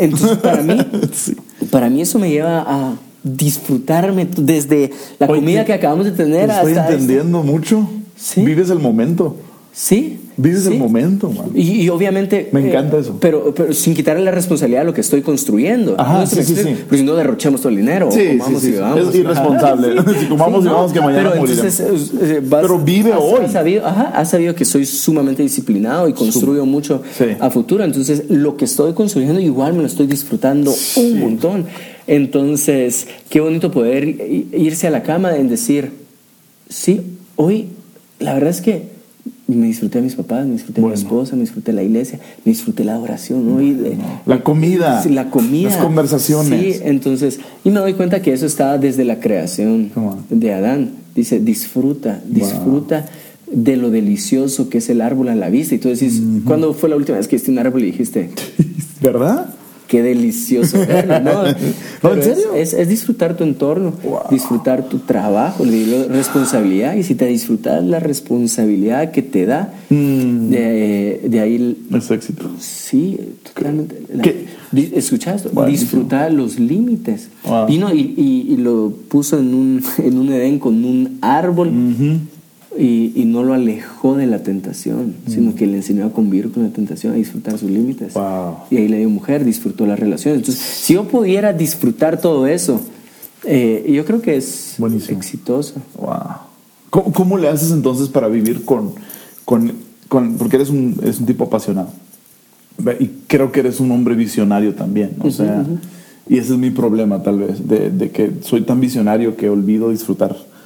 [SPEAKER 2] para mí eso me lleva a disfrutarme desde la comida que acabamos de tener hasta...
[SPEAKER 1] Estoy entendiendo mucho.
[SPEAKER 2] ¿Sí?
[SPEAKER 1] Vives el momento.
[SPEAKER 2] Sí.
[SPEAKER 1] Vives el momento, man.
[SPEAKER 2] Y obviamente...
[SPEAKER 1] Me encanta eso.
[SPEAKER 2] Pero sin quitarle la responsabilidad de lo que estoy construyendo. Porque si no derrochemos todo el dinero.
[SPEAKER 1] Y vamos. Es irresponsable. Si comamos y vamos que mañana moriremos. Pero vive hoy.
[SPEAKER 2] Has sabido que soy sumamente disciplinado y construyo mucho a futuro. Entonces, lo que estoy construyendo igual me lo estoy disfrutando un montón. Entonces, qué bonito poder irse a la cama en decir, sí, hoy la verdad es que me disfruté a mis papás, me disfruté a mi esposa, me disfruté la iglesia, me disfruté la adoración,
[SPEAKER 1] la comida, las conversaciones.
[SPEAKER 2] Sí, entonces, y me doy cuenta que eso estaba desde la creación de Adán. Dice, disfruta de lo delicioso que es el árbol a la vista. Y tú decís, ¿cuándo fue la última vez que viste un árbol y dijiste,
[SPEAKER 1] ¿verdad?
[SPEAKER 2] Qué delicioso verlo, ¿no?
[SPEAKER 1] ¿En serio?
[SPEAKER 2] Es disfrutar tu entorno, disfrutar tu trabajo, la responsabilidad. Y si te disfrutas la responsabilidad que te da, de ahí...
[SPEAKER 1] Es éxito.
[SPEAKER 2] Sí, totalmente. ¿Escuchaste? Disfrutar los límites. Vino y lo puso en un Edén con un árbol. Y no lo alejó de la tentación, sino que le enseñó a convivir con la tentación, a disfrutar sus límites. Y ahí le dio mujer, disfrutó las relaciones. Entonces, si yo pudiera disfrutar todo eso, yo creo que es exitoso.
[SPEAKER 1] ¿Cómo le haces entonces para vivir con porque eres un tipo apasionado? Y creo que eres un hombre visionario también, ¿no? O sea, y ese es mi problema tal vez, de que soy tan visionario que olvido disfrutar.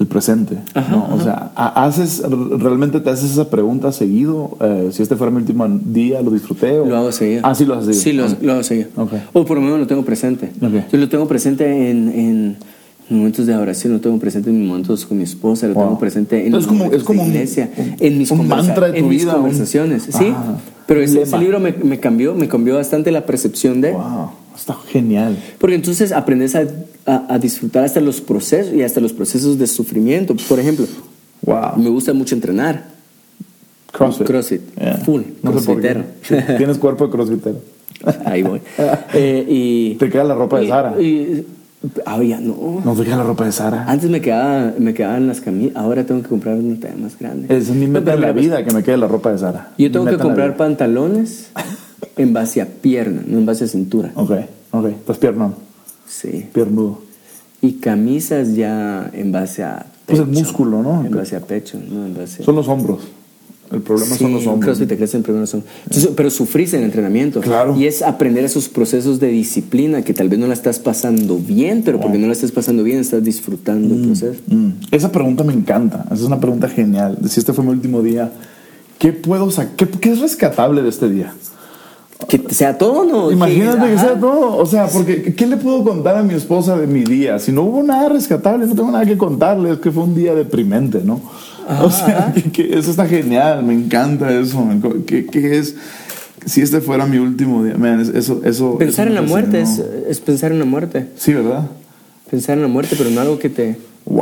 [SPEAKER 1] el presente, ¿no? O sea, ¿realmente te haces esa pregunta seguido? Si este fuera mi último día, ¿lo disfruté? ¿O?
[SPEAKER 2] Lo hago seguido.
[SPEAKER 1] Sí, lo haces seguido.
[SPEAKER 2] Sí, lo hago seguido.
[SPEAKER 1] Okay.
[SPEAKER 2] O por lo menos lo tengo presente.
[SPEAKER 1] Okay.
[SPEAKER 2] Yo lo tengo presente en momentos de oración, lo tengo presente en mis momentos con mi esposa, lo tengo presente en
[SPEAKER 1] es como
[SPEAKER 2] de iglesia, en mis
[SPEAKER 1] mantra de tu vida,
[SPEAKER 2] conversaciones. Sí, pero ese libro me cambió bastante la percepción de...
[SPEAKER 1] Wow, está genial.
[SPEAKER 2] Porque entonces aprendes a disfrutar hasta los procesos y hasta los procesos de sufrimiento. Por ejemplo, me gusta mucho entrenar. CrossFit. Yeah. Full.
[SPEAKER 1] No sé por qué. Tienes cuerpo de crossfitero.
[SPEAKER 2] Ahí voy. Y
[SPEAKER 1] te queda la ropa de Sara.
[SPEAKER 2] Ya no.
[SPEAKER 1] No te queda la ropa de Sara.
[SPEAKER 2] Antes me quedaban las camisas. Ahora tengo que comprar una talla más grande.
[SPEAKER 1] Es mi meta en la vida, que me quede la ropa de Sara.
[SPEAKER 2] Yo tengo que comprar pantalones en base a pierna, no en base a cintura.
[SPEAKER 1] Ok. Estás piernón.
[SPEAKER 2] Sí.
[SPEAKER 1] Piernudo.
[SPEAKER 2] Y camisas ya en base a pecho.
[SPEAKER 1] Pues el músculo, ¿no?
[SPEAKER 2] En base a pecho, no en base a...
[SPEAKER 1] Son los hombros. El problema son los hombros.
[SPEAKER 2] CrossFit te crecen primero son. Entonces, pero sufrís en el entrenamiento.
[SPEAKER 1] Claro.
[SPEAKER 2] Y es aprender esos procesos de disciplina que tal vez no la estás pasando bien, pero porque no la estás pasando bien, estás disfrutando el proceso.
[SPEAKER 1] Esa pregunta me encanta. Esa es una pregunta genial. Si este fue mi último día, ¿qué puedo sacar? ¿Qué es rescatable de este día?
[SPEAKER 2] Que sea todo, ¿no?
[SPEAKER 1] Imagínate que sea todo. O sea, porque ¿qué le puedo contar a mi esposa de mi día? Si no hubo nada rescatable, no tengo nada que contarle. Es que fue un día deprimente, ¿no? O sea, que eso está genial. Me encanta eso. ¿Qué es? Si este fuera mi último día, man, eso
[SPEAKER 2] pensar en la muerte es pensar en la muerte.
[SPEAKER 1] Sí, ¿verdad?
[SPEAKER 2] Pensar en la muerte, pero no algo que te...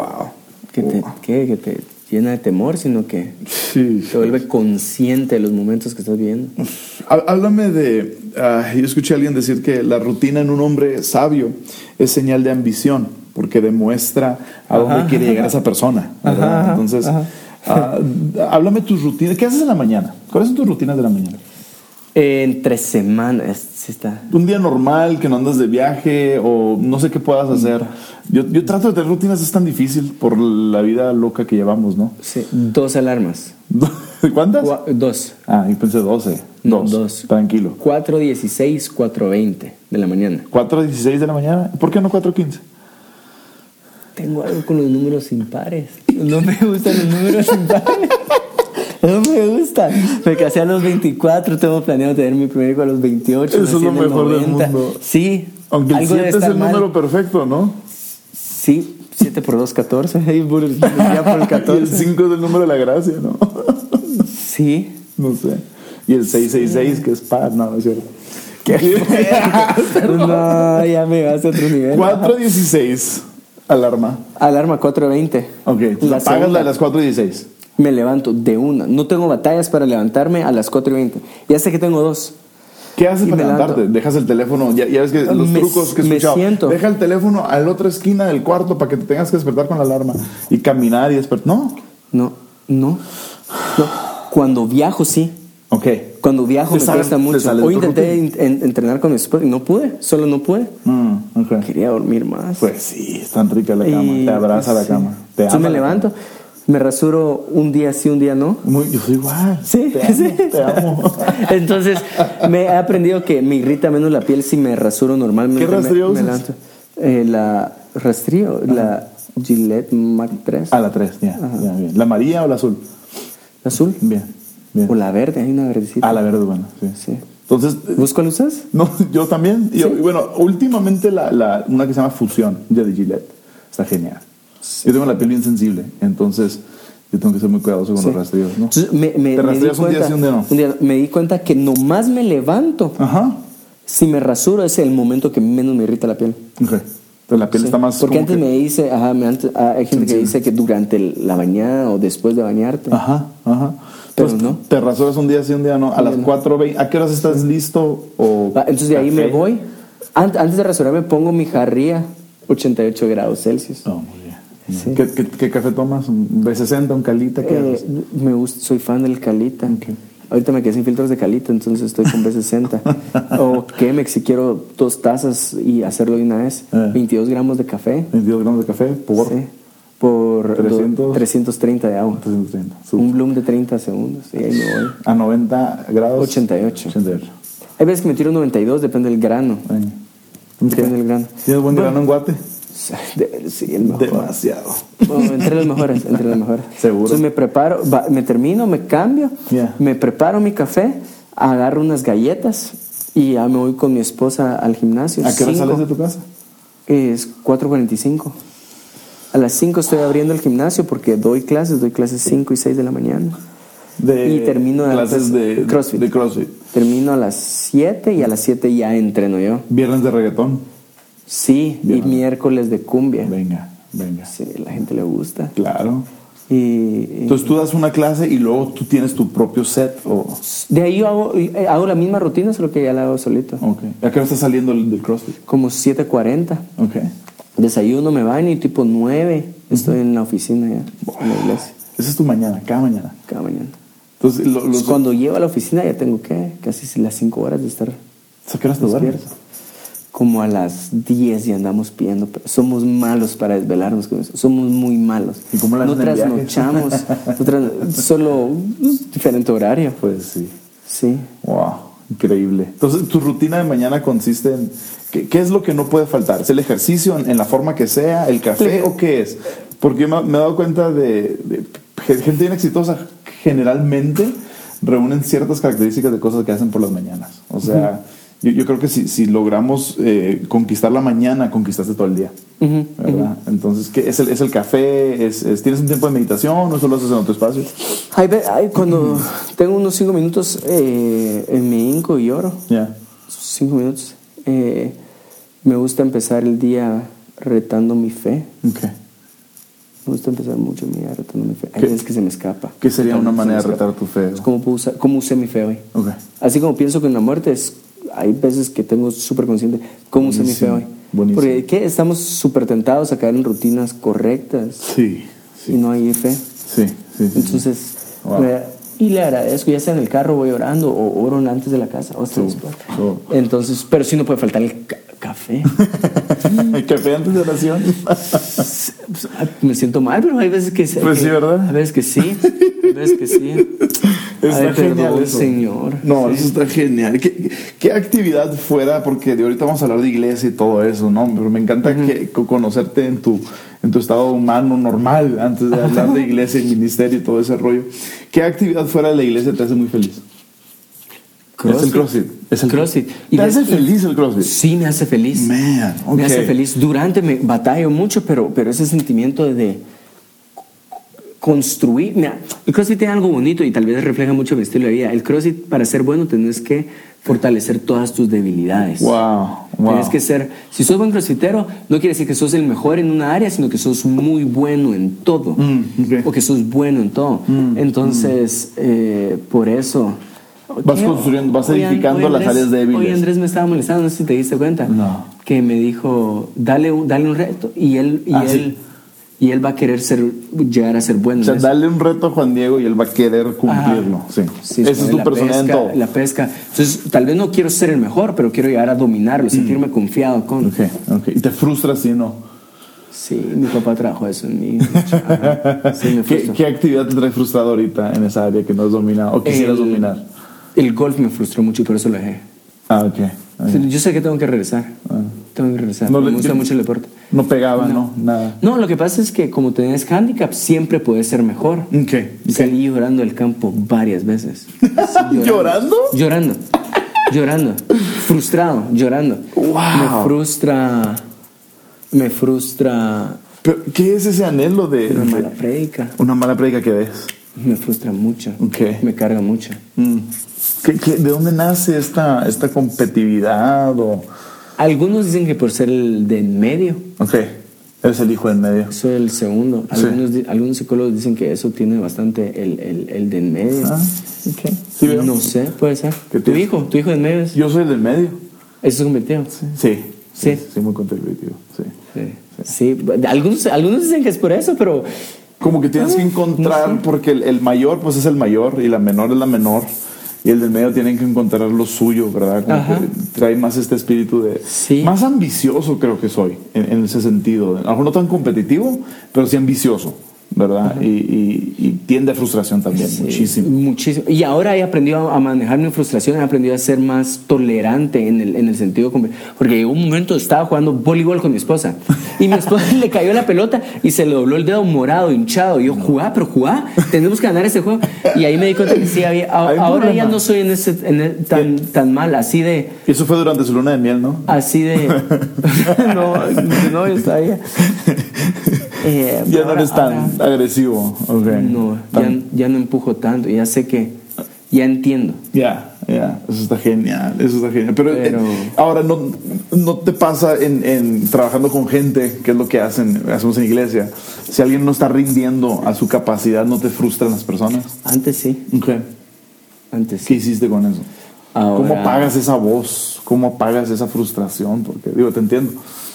[SPEAKER 2] Que te llena de temor, sino que te vuelve consciente de los momentos que estás viviendo.
[SPEAKER 1] Háblame de... yo escuché a alguien decir que la rutina en un hombre sabio es señal de ambición, porque demuestra a dónde quiere llegar esa persona, ¿verdad? Entonces, háblame tus rutinas. ¿Qué haces en la mañana? ¿Cuáles son tus rutinas de la mañana?
[SPEAKER 2] Entre semanas, sí está.
[SPEAKER 1] Un día normal, que no andas de viaje o no sé qué puedas hacer. Yo trato de tener rutinas, es tan difícil por la vida loca que llevamos, ¿no?
[SPEAKER 2] Sí, 2 alarmas.
[SPEAKER 1] ¿Cuántas?
[SPEAKER 2] 2.
[SPEAKER 1] Yo pensé 12.
[SPEAKER 2] No, 2.
[SPEAKER 1] Tranquilo.
[SPEAKER 2] 4:16, 4:20 de la mañana.
[SPEAKER 1] 4:16 de la mañana. ¿Por qué no 4:15?
[SPEAKER 2] Tengo algo con los números impares. No me gustan los números impares. No me gusta. Me casé a los 24, tengo planeado tener mi primer hijo a los 28.
[SPEAKER 1] Eso es lo mejor del mundo.
[SPEAKER 2] Sí.
[SPEAKER 1] Aunque el 7 es el número perfecto, ¿no?
[SPEAKER 2] Sí, 7 por 2, 14. Ya por el 14.
[SPEAKER 1] Y el 5 es el número de la gracia, ¿no?
[SPEAKER 2] Sí.
[SPEAKER 1] No sé. Y el 666, que es par, no es cierto.
[SPEAKER 2] No, ya me vas a otro nivel.
[SPEAKER 1] 4:16, alarma.
[SPEAKER 2] Alarma 4:20.
[SPEAKER 1] Ok, apagas la de las 4:16.
[SPEAKER 2] Me levanto de una. No tengo batallas para levantarme a las 4:20. Ya sé que tengo 2.
[SPEAKER 1] ¿Qué haces para levantarte? Dejas el teléfono. Ya ves que los trucos que he escuchado.
[SPEAKER 2] Me siento.
[SPEAKER 1] Deja el teléfono a la otra esquina del cuarto para que te tengas que despertar con la alarma y caminar y despertar. No.
[SPEAKER 2] Cuando viajo, sí.
[SPEAKER 1] Ok.
[SPEAKER 2] Cuando viajo me cuesta mucho. Hoy intenté entrenar con mi esposa y no pude. Solo no pude.
[SPEAKER 1] Okay.
[SPEAKER 2] Quería dormir más.
[SPEAKER 1] Pues sí, es tan rica la cama. Te abraza la cama.
[SPEAKER 2] Yo me levanto. Me rasuro un día sí, un día no.
[SPEAKER 1] Yo soy igual.
[SPEAKER 2] Sí,
[SPEAKER 1] te amo.
[SPEAKER 2] Entonces, me he aprendido que me irrita menos la piel si me rasuro normalmente.
[SPEAKER 1] ¿Qué rastrillo usas?
[SPEAKER 2] La Gillette Mac 3.
[SPEAKER 1] La 3, ya, bien. ¿La amarilla o la azul?
[SPEAKER 2] ¿La azul?
[SPEAKER 1] Bien.
[SPEAKER 2] O la verde, hay una verdecita.
[SPEAKER 1] La verde, bueno, sí.
[SPEAKER 2] Entonces, ¿vos cuál usas?
[SPEAKER 1] No, yo también.
[SPEAKER 2] ¿Sí?
[SPEAKER 1] Bueno, últimamente una que se llama Fusión de Gillette. Está genial. Sí. Yo tengo la piel bien sensible, entonces yo tengo que ser muy cuidadoso con los rastrillos, ¿no?
[SPEAKER 2] Entonces,
[SPEAKER 1] ¿Te rastrillas un día sí, un día no?
[SPEAKER 2] Un día me di cuenta que nomás me levanto. Si me rasuro es el momento que menos me irrita la piel.
[SPEAKER 1] Ok. Entonces la piel está más...
[SPEAKER 2] Porque antes me dice, hay gente que dice que durante la bañada o después de bañarte. Pero pues
[SPEAKER 1] no. Te rasuras un día sí, un día no. A las 4:20. ¿A qué horas estás listo?
[SPEAKER 2] Entonces de ahí me voy. Antes de rasurarme pongo mi jarría 88 grados Celsius.
[SPEAKER 1] Muy bien. Sí. ¿Qué café tomas? ¿Un B60, un Calita?
[SPEAKER 2] Me gusta, soy fan del Calita. Okay. Ahorita me quedé sin filtros de Calita, entonces estoy con B60. O Chemex, si quiero 2 tazas y hacerlo de una vez. 22 gramos de café.
[SPEAKER 1] 22 gramos de café por...
[SPEAKER 2] Sí. Por 330 de agua.
[SPEAKER 1] 330.
[SPEAKER 2] Un bloom de 30 segundos. Y ahí me voy.
[SPEAKER 1] A 90 grados.
[SPEAKER 2] 88. Hay veces que me tiro 92, depende del grano.
[SPEAKER 1] Depende del grano. ¿Tienes buen grano en Guate?
[SPEAKER 2] Sí, el mejor.
[SPEAKER 1] Demasiado.
[SPEAKER 2] Bueno, entre los mejores.
[SPEAKER 1] Seguro.
[SPEAKER 2] Entonces me preparo, me termino, me cambio, me preparo mi café, agarro unas galletas y ya me voy con mi esposa al gimnasio.
[SPEAKER 1] ¿A qué hora sales de tu casa?
[SPEAKER 2] Es 4:45. A las 5 estoy abriendo el gimnasio porque doy clases 5 y 6 de la mañana. Y termino
[SPEAKER 1] clases de CrossFit.
[SPEAKER 2] Termino a las 7 y a las 7 ya entreno yo.
[SPEAKER 1] ¿Viernes de reggaetón?
[SPEAKER 2] Sí, y miércoles de cumbia.
[SPEAKER 1] Venga.
[SPEAKER 2] Sí, a la gente le gusta.
[SPEAKER 1] Claro.
[SPEAKER 2] Y
[SPEAKER 1] entonces tú das una clase y luego tú tienes tu propio set.
[SPEAKER 2] De ahí yo hago la misma rutina, solo que ya la hago solito.
[SPEAKER 1] Okay. ¿A qué hora estás saliendo del CrossFit?
[SPEAKER 2] Como 7:40.
[SPEAKER 1] Okay.
[SPEAKER 2] Desayuno, me baño y tipo 9 estoy en la oficina ya, en la iglesia.
[SPEAKER 1] Esa es tu mañana, cada mañana.
[SPEAKER 2] Cada mañana.
[SPEAKER 1] Entonces,
[SPEAKER 2] cuando llego a la oficina ya tengo casi las 5 horas de estar.
[SPEAKER 1] ¿A qué horas te duermes?
[SPEAKER 2] Como a las 10 y andamos pidiendo. Somos malos para desvelarnos con eso. Somos muy malos.
[SPEAKER 1] ¿Y cómo la
[SPEAKER 2] no trasnochamos. Solo diferente horario.
[SPEAKER 1] Pues sí.
[SPEAKER 2] Sí.
[SPEAKER 1] Wow, increíble. Entonces, tu rutina de mañana consiste en... ¿Qué es lo que no puede faltar? ¿Es el ejercicio en la forma que sea? ¿El café o qué es? Porque me he dado cuenta de gente bien exitosa generalmente reúnen ciertas características de cosas que hacen por las mañanas. O sea, yo creo que si logramos conquistar la mañana, conquistaste todo el día. ¿Verdad? Entonces, ¿qué es el café? ¿Tienes un tiempo de meditación o solo haces en otro espacio?
[SPEAKER 2] Cuando tengo unos 5 minutos me hinco y lloro. 5 minutos. Me gusta empezar el día retando mi fe.
[SPEAKER 1] Okay.
[SPEAKER 2] Me gusta empezar mucho mi día retando mi fe. Hay veces que se me escapa.
[SPEAKER 1] ¿Qué sería una manera de retar tu fe?
[SPEAKER 2] ¿Cómo usé mi fe hoy?
[SPEAKER 1] Okay.
[SPEAKER 2] Así como pienso que en la muerte hay veces que tengo súper consciente cómo usé mi fe hoy.
[SPEAKER 1] Buenísimo.
[SPEAKER 2] Porque estamos súper tentados a caer en rutinas correctas.
[SPEAKER 1] Sí.
[SPEAKER 2] Y no hay fe.
[SPEAKER 1] Sí.
[SPEAKER 2] Entonces,
[SPEAKER 1] wow.
[SPEAKER 2] Y le agradezco, ya sea en el carro voy orando o oro antes de la casa o hasta después. Entonces, pero sí no puede faltar el café.
[SPEAKER 1] ¿El café antes de oración?
[SPEAKER 2] Me siento mal, pero hay veces que sí.
[SPEAKER 1] Pues sí, ¿verdad?
[SPEAKER 2] Hay veces que sí.
[SPEAKER 1] Está genial eso.
[SPEAKER 2] Señor.
[SPEAKER 1] No,
[SPEAKER 2] sí.
[SPEAKER 1] Eso está genial. ¿Qué actividad fuera? Porque de ahorita vamos a hablar de iglesia y todo eso, ¿no? Pero me encanta conocerte en tu estado humano normal antes de hablar de iglesia y ministerio y todo ese rollo. ¿Qué actividad fuera de la iglesia te hace muy feliz?
[SPEAKER 2] CrossFit.
[SPEAKER 1] Es el CrossFit.
[SPEAKER 2] Es el CrossFit.
[SPEAKER 1] ¿Te hace feliz el CrossFit?
[SPEAKER 2] Sí, me hace feliz.
[SPEAKER 1] Man, okay.
[SPEAKER 2] Me hace feliz. Durante me batallo mucho, pero ese sentimiento de construir. Mira, el CrossFit tiene algo bonito y tal vez refleja mucho mi estilo de vida. El CrossFit, para ser bueno, tienes que fortalecer todas tus debilidades.
[SPEAKER 1] Wow.
[SPEAKER 2] Tienes que ser, si sos buen crossfitero, no quiere decir que sos el mejor en una área, sino que sos muy bueno en todo.
[SPEAKER 1] Okay.
[SPEAKER 2] O que sos bueno en todo. Entonces, por eso...
[SPEAKER 1] Vas construyendo, vas edificando las áreas débiles.
[SPEAKER 2] Hoy Andrés me estaba molestando, no sé si te diste cuenta.
[SPEAKER 1] No.
[SPEAKER 2] Que me dijo, dale un reto y él va a querer llegar a ser bueno.
[SPEAKER 1] O sea, dale un reto a Juan Diego y él va a querer cumplirlo. Sí. Esa es tu personalidad en todo.
[SPEAKER 2] La pesca. Entonces, tal vez no quiero ser el mejor, pero quiero llegar a dominarlo, sentirme confiado con.
[SPEAKER 1] Okay. ¿Y te frustras si no?
[SPEAKER 2] Sí, mi papá trajo eso en mí. Sí, me frustra.
[SPEAKER 1] ¿Qué actividad te trae frustrado ahorita en esa área que no has dominado o quisieras dominar?
[SPEAKER 2] El golf me frustró mucho y por eso lo dejé. Yo sé que tengo que regresar. No, me gusta mucho el deporte.
[SPEAKER 1] No pegaba, nada.
[SPEAKER 2] No, lo que pasa es que como tenés handicap, siempre puedes ser mejor. Salí llorando del campo varias veces.
[SPEAKER 1] ¿Llorando?
[SPEAKER 2] Llorando. Frustrado, llorando.
[SPEAKER 1] Wow.
[SPEAKER 2] Me frustra.
[SPEAKER 1] ¿Pero qué es ese anhelo de
[SPEAKER 2] una mala prédica?
[SPEAKER 1] ¿Una mala prédica qué ves?
[SPEAKER 2] Me frustra mucho. Me carga mucho.
[SPEAKER 1] ¿De dónde nace esta competitividad?
[SPEAKER 2] Algunos dicen que por ser el de en medio.
[SPEAKER 1] Eres el hijo del medio.
[SPEAKER 2] Soy el segundo. Algunos psicólogos dicen que eso tiene bastante el de en medio.
[SPEAKER 1] Sí, veo.
[SPEAKER 2] No sé, puede ser. ¿Tu hijo del medio es?
[SPEAKER 1] Yo soy el del medio.
[SPEAKER 2] ¿Eso es competitivo?
[SPEAKER 1] Sí, muy competitivo.
[SPEAKER 2] Sí. Algunos dicen que es por eso, pero...
[SPEAKER 1] Como que tienes que encontrar, porque el mayor pues es el mayor y la menor es la menor. Y el del medio tienen que encontrar lo suyo, ¿verdad? Como que trae más este espíritu de... Más ambicioso creo que soy, en ese sentido. A lo mejor no tan competitivo, pero sí ambicioso. ¿verdad? Y tiende a frustración también,
[SPEAKER 2] sí, muchísimo. Y ahora he aprendido a manejar mi frustración, he aprendido a ser más tolerante en el sentido, porque llegó un momento, estaba jugando voleibol con mi esposa y mi esposa le cayó la pelota y se le dobló el dedo morado, hinchado, y yo, jugá, tenemos que ganar ese juego. Y ahí me di cuenta que sí, ahora ya no soy tan mal, así de...
[SPEAKER 1] Y eso fue durante su luna de miel, ¿no?
[SPEAKER 2] Así de... no, yo estaba ahí.
[SPEAKER 1] Ya no eres tan agresivo. Okay.
[SPEAKER 2] No, ya no empujo tanto. Ya sé que, ya entiendo.
[SPEAKER 1] Ya, eso está genial. Pero ahora no te pasa en trabajando con gente, que es lo que hacemos en iglesia. Si alguien no está rindiendo a su capacidad, ¿no te frustran las personas?
[SPEAKER 2] Antes sí.
[SPEAKER 1] Okay.
[SPEAKER 2] Antes sí.
[SPEAKER 1] ¿Qué hiciste con eso? Ahora, ¿cómo apagas esa voz? ¿Cómo apagas esa frustración? Porque, te entiendo.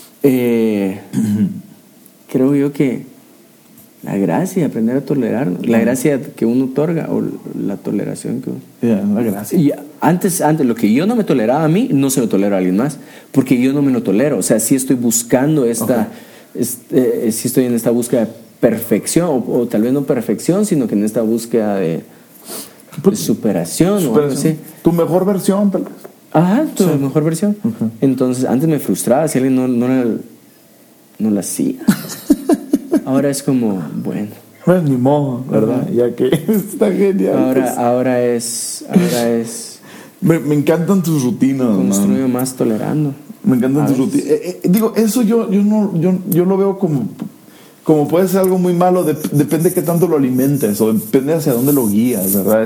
[SPEAKER 2] Creo yo que la gracia, aprender a tolerar, la gracia que uno otorga o la toleración que uno...
[SPEAKER 1] la gracia.
[SPEAKER 2] Y antes, lo que yo no me toleraba a mí, no se lo tolero a alguien más, porque yo no me lo tolero. O sea, sí estoy buscando sí estoy en esta búsqueda de perfección, o tal vez no perfección, sino que en esta búsqueda de superación. O algo así.
[SPEAKER 1] Tu mejor versión, tal vez.
[SPEAKER 2] Ajá, tu mejor versión. Uh-huh. Entonces, antes me frustraba si alguien no la hacía. Ahora es como, bueno,
[SPEAKER 1] ni modo, ¿verdad? Uh-huh. Ya que está genial.
[SPEAKER 2] Ahora es
[SPEAKER 1] me encantan tus rutinas.
[SPEAKER 2] Construyo más tolerando.
[SPEAKER 1] Me encantan tus rutinas. Digo, eso yo lo veo como puede ser algo muy malo, depende de qué tanto lo alimentes o depende hacia dónde lo guías, ¿verdad?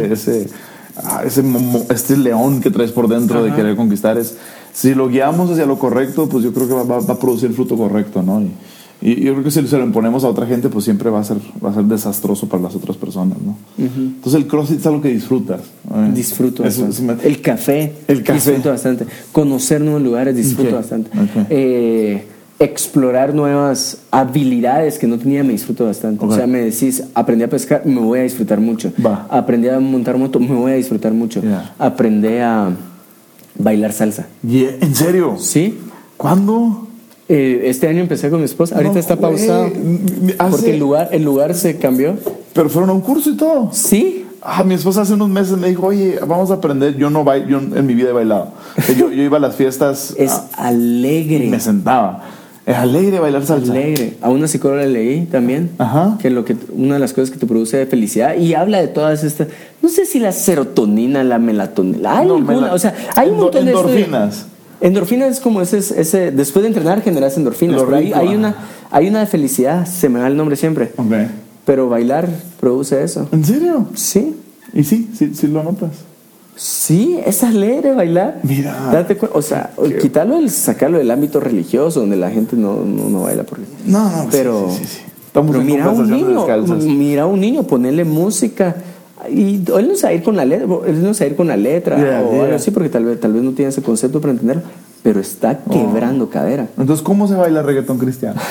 [SPEAKER 1] Este león que traes por dentro, uh-huh, de querer conquistar, si lo guiamos hacia lo correcto, pues yo creo que va a producir el fruto correcto, ¿no? Y yo creo que si se lo imponemos a otra gente, pues siempre va a ser desastroso para las otras personas, ¿no? Uh-huh. Entonces el CrossFit es algo que disfrutas.
[SPEAKER 2] Disfruto bastante. El café. Disfruto bastante. Conocer nuevos lugares, disfruto bastante. Okay. Explorar nuevas habilidades que no tenía, me disfruto bastante. Okay. O sea, me decís, aprendí a pescar, me voy a disfrutar mucho. Aprendí a montar moto, me voy a disfrutar mucho. Yeah. Aprendí a bailar salsa.
[SPEAKER 1] Yeah. ¿En serio?
[SPEAKER 2] Sí.
[SPEAKER 1] ¿Cuándo?
[SPEAKER 2] Este año empecé con mi esposa. Ahorita está pausado porque el lugar se cambió.
[SPEAKER 1] ¿Pero fueron a un curso y todo?
[SPEAKER 2] Sí.
[SPEAKER 1] Mi esposa hace unos meses me dijo, oye, vamos a aprender. Yo en mi vida he bailado. Yo iba a las fiestas.
[SPEAKER 2] Es alegre.
[SPEAKER 1] Y me sentaba. Es alegre bailar salsa.
[SPEAKER 2] Alegre. A una psicóloga le leí también. Ajá. Que una de las cosas que te produce de felicidad, y habla de todas estas, no sé si la serotonina, la melatonina, o sea, hay un montón de
[SPEAKER 1] endorfinas.
[SPEAKER 2] Endorfinas es como ese después de entrenar generas endorfinas. Pero hay una de felicidad, se me da el nombre siempre.
[SPEAKER 1] Okay.
[SPEAKER 2] Pero bailar produce eso.
[SPEAKER 1] ¿En serio?
[SPEAKER 2] Sí.
[SPEAKER 1] ¿Y sí lo notas?
[SPEAKER 2] Sí, es alegre bailar.
[SPEAKER 1] Mira.
[SPEAKER 2] Date cuenta, o sea, sacarlo del ámbito religioso donde la gente no baila por eso.
[SPEAKER 1] No,
[SPEAKER 2] pero
[SPEAKER 1] sí. Estamos en
[SPEAKER 2] mira a un niño, ponerle música. Y él no sabe ir con la letra, o algo así, porque tal vez no tiene ese concepto para entenderlo, pero está quebrando cadera.
[SPEAKER 1] Entonces, ¿cómo se baila reggaetón cristiano?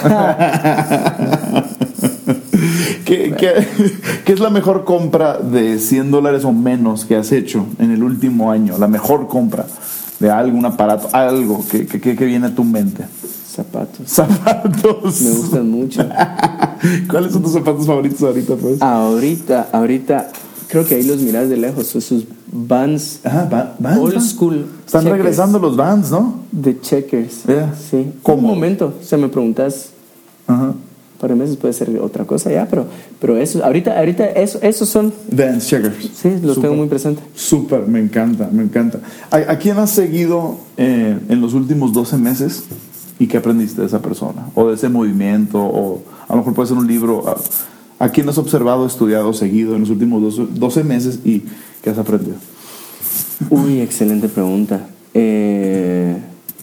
[SPEAKER 1] ¿Qué es la mejor compra de $100 o menos que has hecho en el último año? La mejor compra de algún aparato, algo que viene a tu mente.
[SPEAKER 2] Zapatos. Me gustan mucho.
[SPEAKER 1] ¿Cuáles son tus zapatos favoritos ahorita, pues?
[SPEAKER 2] Ahorita creo que ahí los mirás de lejos, esos Vans.
[SPEAKER 1] Vans
[SPEAKER 2] old school.
[SPEAKER 1] Están checkers, regresando los Vans, ¿no?
[SPEAKER 2] De checkers.
[SPEAKER 1] Yeah.
[SPEAKER 2] Sí.
[SPEAKER 1] ¿Cómo?
[SPEAKER 2] Un momento, o sea, me preguntas. Un par de meses puede ser otra cosa ya, pero eso, ahorita esos son
[SPEAKER 1] Vans checkers.
[SPEAKER 2] Sí, los tengo muy presentes.
[SPEAKER 1] Súper, me encanta. ¿A quién has seguido en los últimos 12 meses? ¿Y qué aprendiste de esa persona? O de ese movimiento, o a lo mejor puede ser un libro. ¿A quién has observado, estudiado, seguido en los últimos 12 meses y qué has aprendido?
[SPEAKER 2] Uy, excelente pregunta. De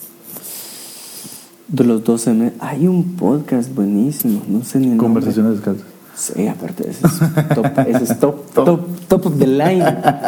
[SPEAKER 2] los 12 meses, hay un podcast buenísimo, no sé ni el
[SPEAKER 1] Conversaciones Descalzas.
[SPEAKER 2] Sí, aparte, ese es top of the line.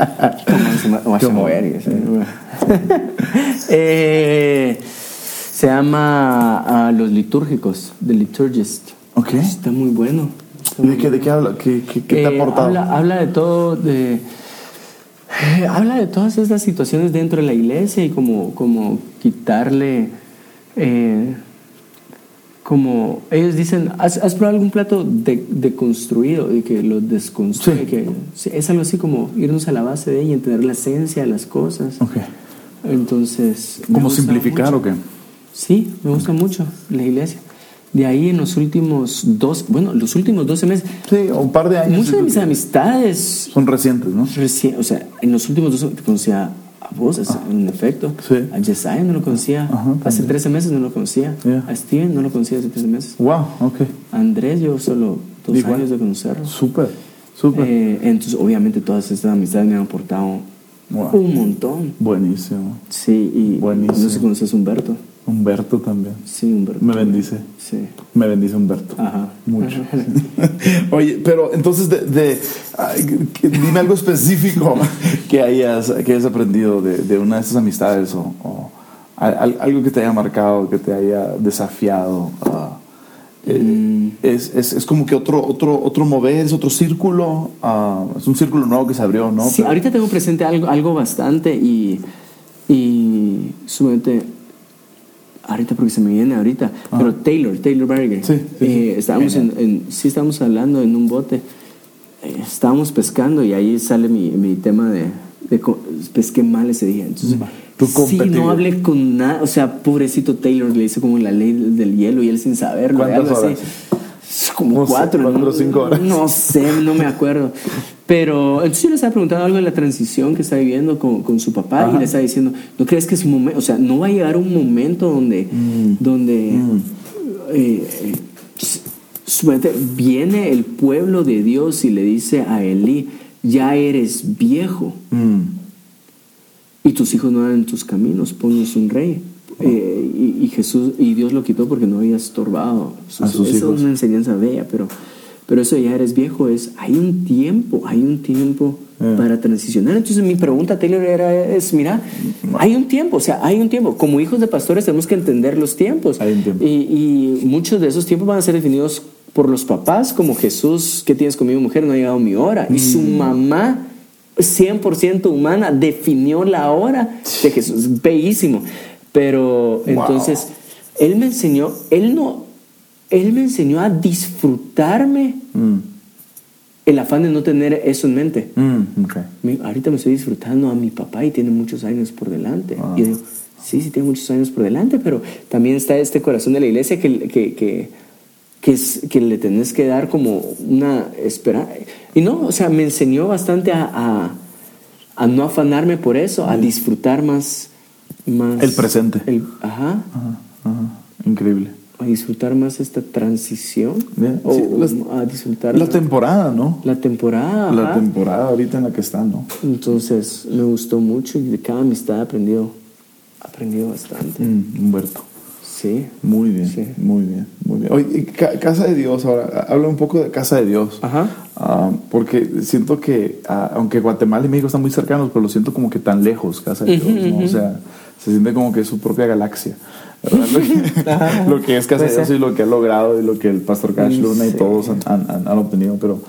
[SPEAKER 2] Se llama Los Litúrgicos, The Liturgist.
[SPEAKER 1] Okay.
[SPEAKER 2] Está muy bueno.
[SPEAKER 1] ¿De qué habla? ¿Qué te ha aportado?
[SPEAKER 2] Habla de todo, habla de todas estas situaciones dentro de la iglesia y como quitarle como ellos dicen, ¿has probado algún plato deconstruido y que lo desconstruye?
[SPEAKER 1] Sí.
[SPEAKER 2] Que, sí, es algo así como irnos a la base de ella y entender la esencia de las cosas.
[SPEAKER 1] Okay.
[SPEAKER 2] Entonces,
[SPEAKER 1] ¿cómo simplificar o qué?
[SPEAKER 2] Sí, me gusta mucho la iglesia. De ahí en los últimos 12 meses.
[SPEAKER 1] Sí, un par de años.
[SPEAKER 2] Muchas de mis amistades
[SPEAKER 1] son recientes, ¿no?
[SPEAKER 2] O sea, en los últimos 2 te conocía a vos, en efecto.
[SPEAKER 1] Sí.
[SPEAKER 2] A Jesiah no lo conocía. Hace 13 meses no lo conocía.
[SPEAKER 1] Yeah.
[SPEAKER 2] A Steven no lo conocía hace 13 meses.
[SPEAKER 1] Wow, ok.
[SPEAKER 2] A Andrés yo solo 2 años de conocerlo.
[SPEAKER 1] Súper.
[SPEAKER 2] Entonces, obviamente, todas estas amistades me han aportado un montón.
[SPEAKER 1] Buenísimo.
[SPEAKER 2] Sí, y
[SPEAKER 1] buenísimo.
[SPEAKER 2] No sé si conoces a Humberto.
[SPEAKER 1] Humberto también.
[SPEAKER 2] Sí, Humberto.
[SPEAKER 1] Me bendice.
[SPEAKER 2] Sí.
[SPEAKER 1] Me bendice Humberto.
[SPEAKER 2] Ajá.
[SPEAKER 1] Mucho. Oye, pero entonces dime algo específico que hayas aprendido de una de esas amistades o algo que te haya marcado, que te haya desafiado. Es como que otro mover, es otro círculo. Es un círculo nuevo que se abrió, ¿no?
[SPEAKER 2] Sí,
[SPEAKER 1] pero
[SPEAKER 2] ahorita tengo presente algo bastante y sumamente... Ahorita porque se me viene ahorita, pero Taylor Berger.
[SPEAKER 1] Sí.
[SPEAKER 2] Estábamos estábamos hablando en un bote, estábamos pescando y ahí sale mi tema de pesqué mal ese día. Entonces, sí, no hablé con nada, o sea, pobrecito Taylor, le hice como la ley del hielo y él sin saberlo.
[SPEAKER 1] ¿Cuántas horas?
[SPEAKER 2] Como 4
[SPEAKER 1] o 5 horas.
[SPEAKER 2] No sé, no me acuerdo. Pero entonces yo le estaba preguntando algo de la transición que está viviendo con su papá. Y le estaba diciendo, ¿no crees que es un momento? O sea, no va a llegar un momento donde viene el pueblo de Dios y le dice a Elí, ya eres viejo y tus hijos no dan tus caminos, ponnos un rey. Y Dios lo quitó porque no había estorbado
[SPEAKER 1] a sus hijos.
[SPEAKER 2] Es una enseñanza bella, pero eso ya eres viejo, hay un tiempo para transicionar. Entonces mi pregunta a Taylor es mira, hay un tiempo, o sea, hay un tiempo. Como hijos de pastores tenemos que entender los tiempos.
[SPEAKER 1] Hay un tiempo.
[SPEAKER 2] Y muchos de esos tiempos van a ser definidos por los papás, como Jesús, ¿qué tienes conmigo, mujer? No ha llegado mi hora. Y su mamá, 100% humana, definió la hora de Jesús. Bellísimo. Pero entonces, él me enseñó a disfrutarme el afán de no tener eso en mente.
[SPEAKER 1] Okay.
[SPEAKER 2] Ahorita me estoy disfrutando a mi papá y tiene muchos años por delante. Y digo, sí, tiene muchos años por delante, pero también está este corazón de la iglesia que le tenés que dar como una esperanza. Y no, o sea, me enseñó bastante a no afanarme por eso, a disfrutar más
[SPEAKER 1] el presente.
[SPEAKER 2] Ajá.
[SPEAKER 1] Increíble.
[SPEAKER 2] A disfrutar más esta transición. A disfrutar
[SPEAKER 1] la temporada, ¿no?
[SPEAKER 2] La temporada.
[SPEAKER 1] La temporada ahorita en la que está, ¿no?
[SPEAKER 2] Entonces me gustó mucho y de cada amistad he aprendido bastante.
[SPEAKER 1] Humberto.
[SPEAKER 2] Sí.
[SPEAKER 1] Muy bien,
[SPEAKER 2] sí.
[SPEAKER 1] Muy bien. Oye, Casa de Dios, ahora, habla un poco de Casa de Dios.
[SPEAKER 2] Ajá.
[SPEAKER 1] Porque siento que, aunque Guatemala y México están muy cercanos, pero lo siento como que tan lejos, Casa de Dios, ¿no? O sea, se siente como que es su propia galaxia. Lo que es Casa de Dios y lo que ha logrado y lo que el pastor Cash Luna y todos han obtenido. Pero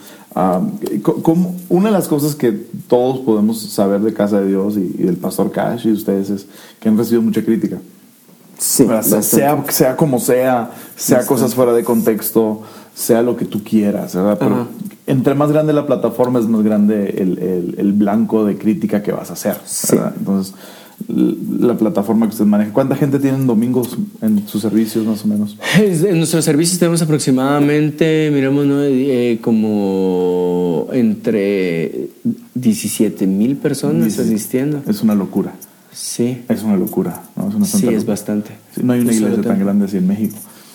[SPEAKER 1] una de las cosas que todos podemos saber de Casa de Dios y del pastor Cash y ustedes es que han recibido mucha crítica.
[SPEAKER 2] Sí,
[SPEAKER 1] sea como sea cosas fuera de contexto, sea lo que tú quieras, ¿verdad? Pero entre más grande la plataforma es más grande el blanco de crítica que vas a hacer, ¿verdad? Entonces, la plataforma que usted maneja, ¿cuánta gente tienen domingos en sus servicios más o menos?
[SPEAKER 2] En nuestros servicios tenemos aproximadamente, miramos, ¿no? Como entre 17,000 personas asistiendo.
[SPEAKER 1] Es una locura.
[SPEAKER 2] Sí.
[SPEAKER 1] Es una locura, ¿no? Es una
[SPEAKER 2] locura. Es bastante.
[SPEAKER 1] Sí, no hay una iglesia tan grande así en México.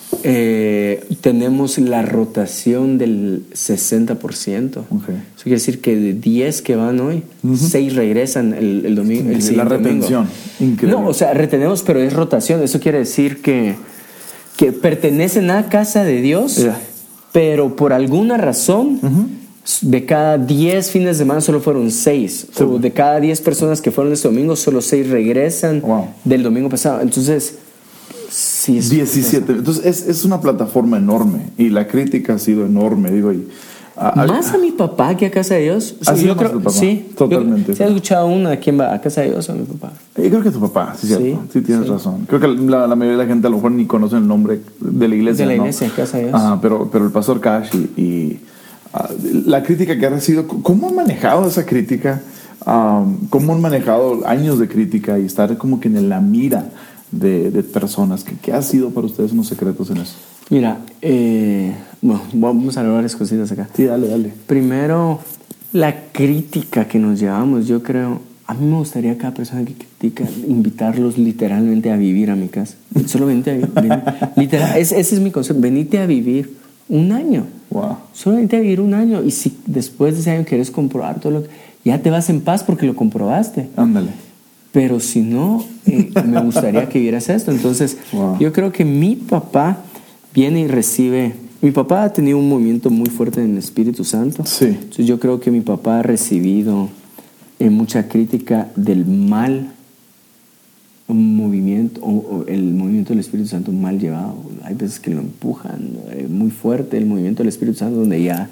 [SPEAKER 2] Tenemos la rotación del 60%. Eso quiere decir que de 10 que van hoy, 6 regresan el domingo.
[SPEAKER 1] La retención. Increíble.
[SPEAKER 2] No, o sea, retenemos, pero es rotación. Eso quiere decir que pertenecen a Casa de Dios, pero por alguna razón, de cada 10 fines de semana solo fueron 6. Sí. O de cada 10 personas que fueron este domingo, solo 6 regresan del domingo pasado. Entonces, sí, es
[SPEAKER 1] 17. Entonces, es una plataforma enorme y la crítica ha sido enorme, digo. Y
[SPEAKER 2] Más a mi papá que a Casa de Dios.
[SPEAKER 1] Sí, yo creo, papá.
[SPEAKER 2] Sí,
[SPEAKER 1] totalmente.
[SPEAKER 2] ¿Se ha escuchado una a quién va? ¿A Casa de Dios o a mi papá?
[SPEAKER 1] Yo creo que tu papá, sí, cierto. Sí, tienes razón. Creo que la mayoría de la gente a lo mejor ni conoce el nombre de la iglesia.
[SPEAKER 2] De la iglesia, Casa de Dios.
[SPEAKER 1] Pero el pastor Cash y la crítica que ha recibido, ¿cómo han manejado esa crítica? ¿Cómo han manejado años de crítica y estar como que en la mira de personas? ¿Qué ha sido para ustedes unos secretos en eso?
[SPEAKER 2] Mira, bueno, vamos a hablar varias cositas acá.
[SPEAKER 1] Sí, dale.
[SPEAKER 2] Primero, la crítica que nos llevamos, yo creo, a mí me gustaría a cada persona que critica invitarlos literalmente a vivir a mi casa. Solo venite a vivir. Literal, ese es mi concepto, venite a vivir un año.
[SPEAKER 1] Wow.
[SPEAKER 2] Solo venite a vivir un año y si después de ese año quieres comprobar todo lo que... Ya te vas en paz porque lo comprobaste.
[SPEAKER 1] Ándale.
[SPEAKER 2] Pero si no, me gustaría que vieras esto. Entonces, yo creo que mi papá viene y recibe... Mi papá ha tenido un movimiento muy fuerte en el Espíritu Santo.
[SPEAKER 1] Sí.
[SPEAKER 2] Entonces, yo creo que mi papá ha recibido mucha crítica del mal movimiento, o el movimiento del Espíritu Santo mal llevado. Hay veces que lo empujan muy fuerte, el movimiento del Espíritu Santo, donde ya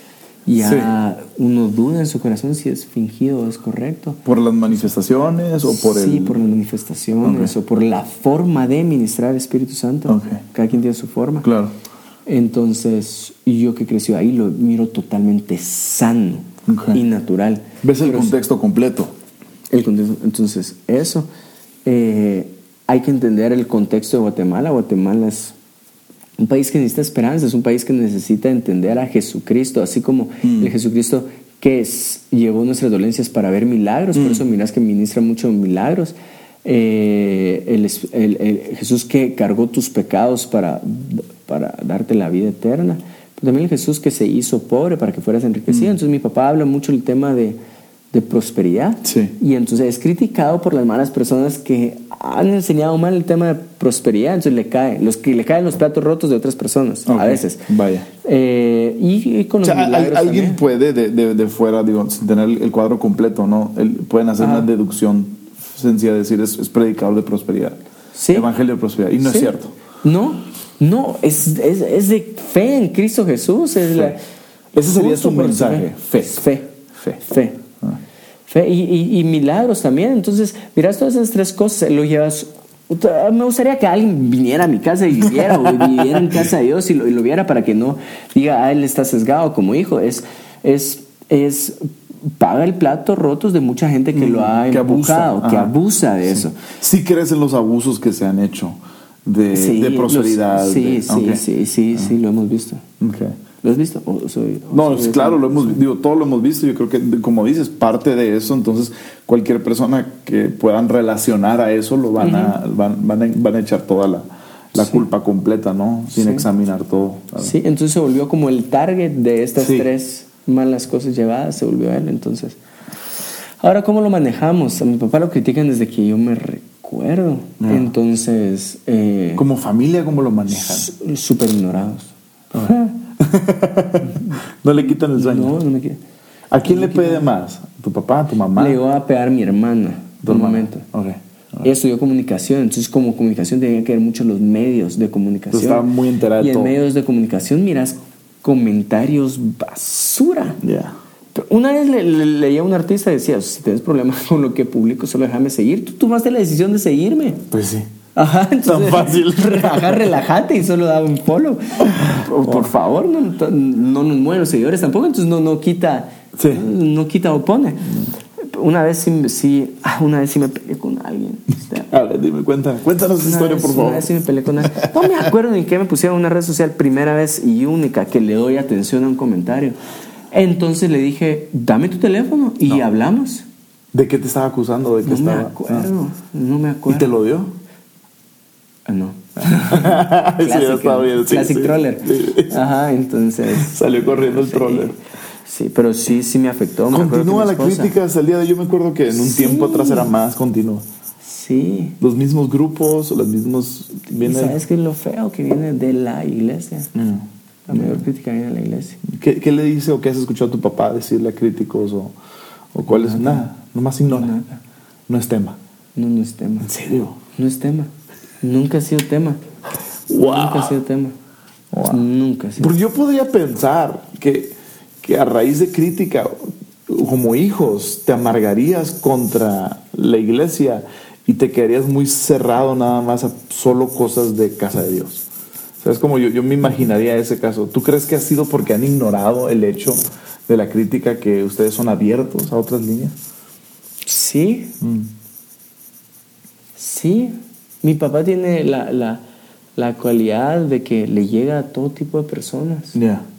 [SPEAKER 2] uno duda en su corazón si es fingido o es correcto.
[SPEAKER 1] ¿Por las manifestaciones o por
[SPEAKER 2] Sí, por las manifestaciones, o por la forma de ministrar el Espíritu Santo. Cada quien tiene su forma.
[SPEAKER 1] Claro.
[SPEAKER 2] Entonces, yo que creció ahí lo miro totalmente sano y natural.
[SPEAKER 1] ¿Ves el contexto completo?
[SPEAKER 2] El contexto. Entonces, eso. Hay que entender el contexto de Guatemala. Guatemala es un país que necesita esperanza, es un país que necesita entender a Jesucristo, así como el Jesucristo que llevó nuestras dolencias para ver milagros, por eso mirás que ministra muchos milagros. El Jesús que cargó tus pecados para darte la vida eterna, pero también el Jesús que se hizo pobre para que fueras enriquecido. Entonces mi papá habla mucho del tema de prosperidad, y entonces es criticado por las malas personas que han enseñado mal el tema de prosperidad. Entonces le caen los platos rotos de otras personas, a veces.
[SPEAKER 1] Vaya.
[SPEAKER 2] Y con los milagros
[SPEAKER 1] alguien
[SPEAKER 2] también
[SPEAKER 1] puede de fuera, digo, sin tener el cuadro completo, ¿no? Pueden hacer una deducción sencilla, decir es predicador de prosperidad, evangelio de prosperidad, y no es cierto.
[SPEAKER 2] No, es de fe en Cristo Jesús. Ese
[SPEAKER 1] sería su mensaje. Fe.
[SPEAKER 2] Fe y milagros también. Entonces, miras todas esas tres cosas, lo llevas. Me gustaría que alguien viniera a mi casa y viviera, o viviera en casa de Dios y lo viera, para que no diga, él está sesgado como hijo. Es paga el plato rotos de mucha gente que lo ha empujado, que abusa de eso.
[SPEAKER 1] Sí crees en los abusos que se han hecho de prosperidad.
[SPEAKER 2] Sí, lo hemos visto. ¿Lo has visto?
[SPEAKER 1] Claro, todos lo hemos visto. Yo creo que, como dices, parte de eso. Entonces, cualquier persona que puedan relacionar a eso lo van a echar toda la culpa completa, ¿no? Sin examinar todo. ¿Sabes?
[SPEAKER 2] Sí, entonces se volvió como el target de estas tres malas cosas llevadas, se volvió él. Entonces, ahora, ¿cómo lo manejamos? A mi papá lo critican desde que yo me recuerdo. Entonces,
[SPEAKER 1] como familia, ¿cómo lo manejan?
[SPEAKER 2] Súper ignorados.
[SPEAKER 1] ¿No le quitan el sueño?
[SPEAKER 2] No me quitan.
[SPEAKER 1] ¿A quién le pide más? ¿Tu papá, tu mamá?
[SPEAKER 2] Le iba a pegar a mi hermana por un momento. Ella estudió comunicación, entonces como comunicación tenía que ver mucho los medios de comunicación.
[SPEAKER 1] Estaba muy enterada de todo.
[SPEAKER 2] Y en medios de comunicación miras comentarios basura. Una vez leía a un artista y decía, si tienes problemas con lo que publico, solo déjame seguir. Tú tomaste la decisión de seguirme.
[SPEAKER 1] Pues sí.
[SPEAKER 2] Entonces,
[SPEAKER 1] tan fácil.
[SPEAKER 2] Relájate y solo da un follow. Por favor, no nos mueven los seguidores tampoco, entonces no quita o pone. Una vez sí me peleé con alguien.
[SPEAKER 1] A ver, dime, cuéntanos esa historia, por favor.
[SPEAKER 2] Una vez sí me peleé con alguien. No me acuerdo ni qué me pusieron en una red social, primera vez y única que le doy atención a un comentario. Entonces le dije, dame tu teléfono y hablamos.
[SPEAKER 1] ¿De qué te estaba acusando?
[SPEAKER 2] No me acuerdo.
[SPEAKER 1] ¿Y te lo dio?
[SPEAKER 2] No.
[SPEAKER 1] Classic
[SPEAKER 2] troller. Entonces
[SPEAKER 1] salió corriendo el troller.
[SPEAKER 2] Sí, pero sí me afectó.
[SPEAKER 1] Continúa la crítica hasta el día de hoy. Yo me acuerdo que en un tiempo atrás era más continua.
[SPEAKER 2] Sí.
[SPEAKER 1] Los mismos grupos, los mismos...
[SPEAKER 2] ¿Y sabes qué es lo feo? Que viene de la iglesia. La mayor crítica viene de la iglesia.
[SPEAKER 1] ¿Qué le dice o qué has escuchado a tu papá decirle a críticos o cuál es? Nada, nomás ignora.
[SPEAKER 2] Nada.
[SPEAKER 1] No es tema.
[SPEAKER 2] No es tema.
[SPEAKER 1] ¿En serio?
[SPEAKER 2] No es tema. Nunca ha sido tema.
[SPEAKER 1] Wow.
[SPEAKER 2] Nunca ha sido tema.
[SPEAKER 1] Wow.
[SPEAKER 2] Nunca ha sido.
[SPEAKER 1] Porque yo podría pensar que
[SPEAKER 3] que a raíz de crítica, como hijos, te amargarías contra la iglesia y te quedarías muy cerrado nada más a solo cosas de casa de Dios? O sea, es como yo me imaginaría ese caso. ¿Tú crees que ha sido porque han ignorado el hecho de la crítica que ustedes son abiertos a otras líneas?
[SPEAKER 2] Sí. Sí. Mi papá tiene la cualidad de que le llega a todo tipo de personas.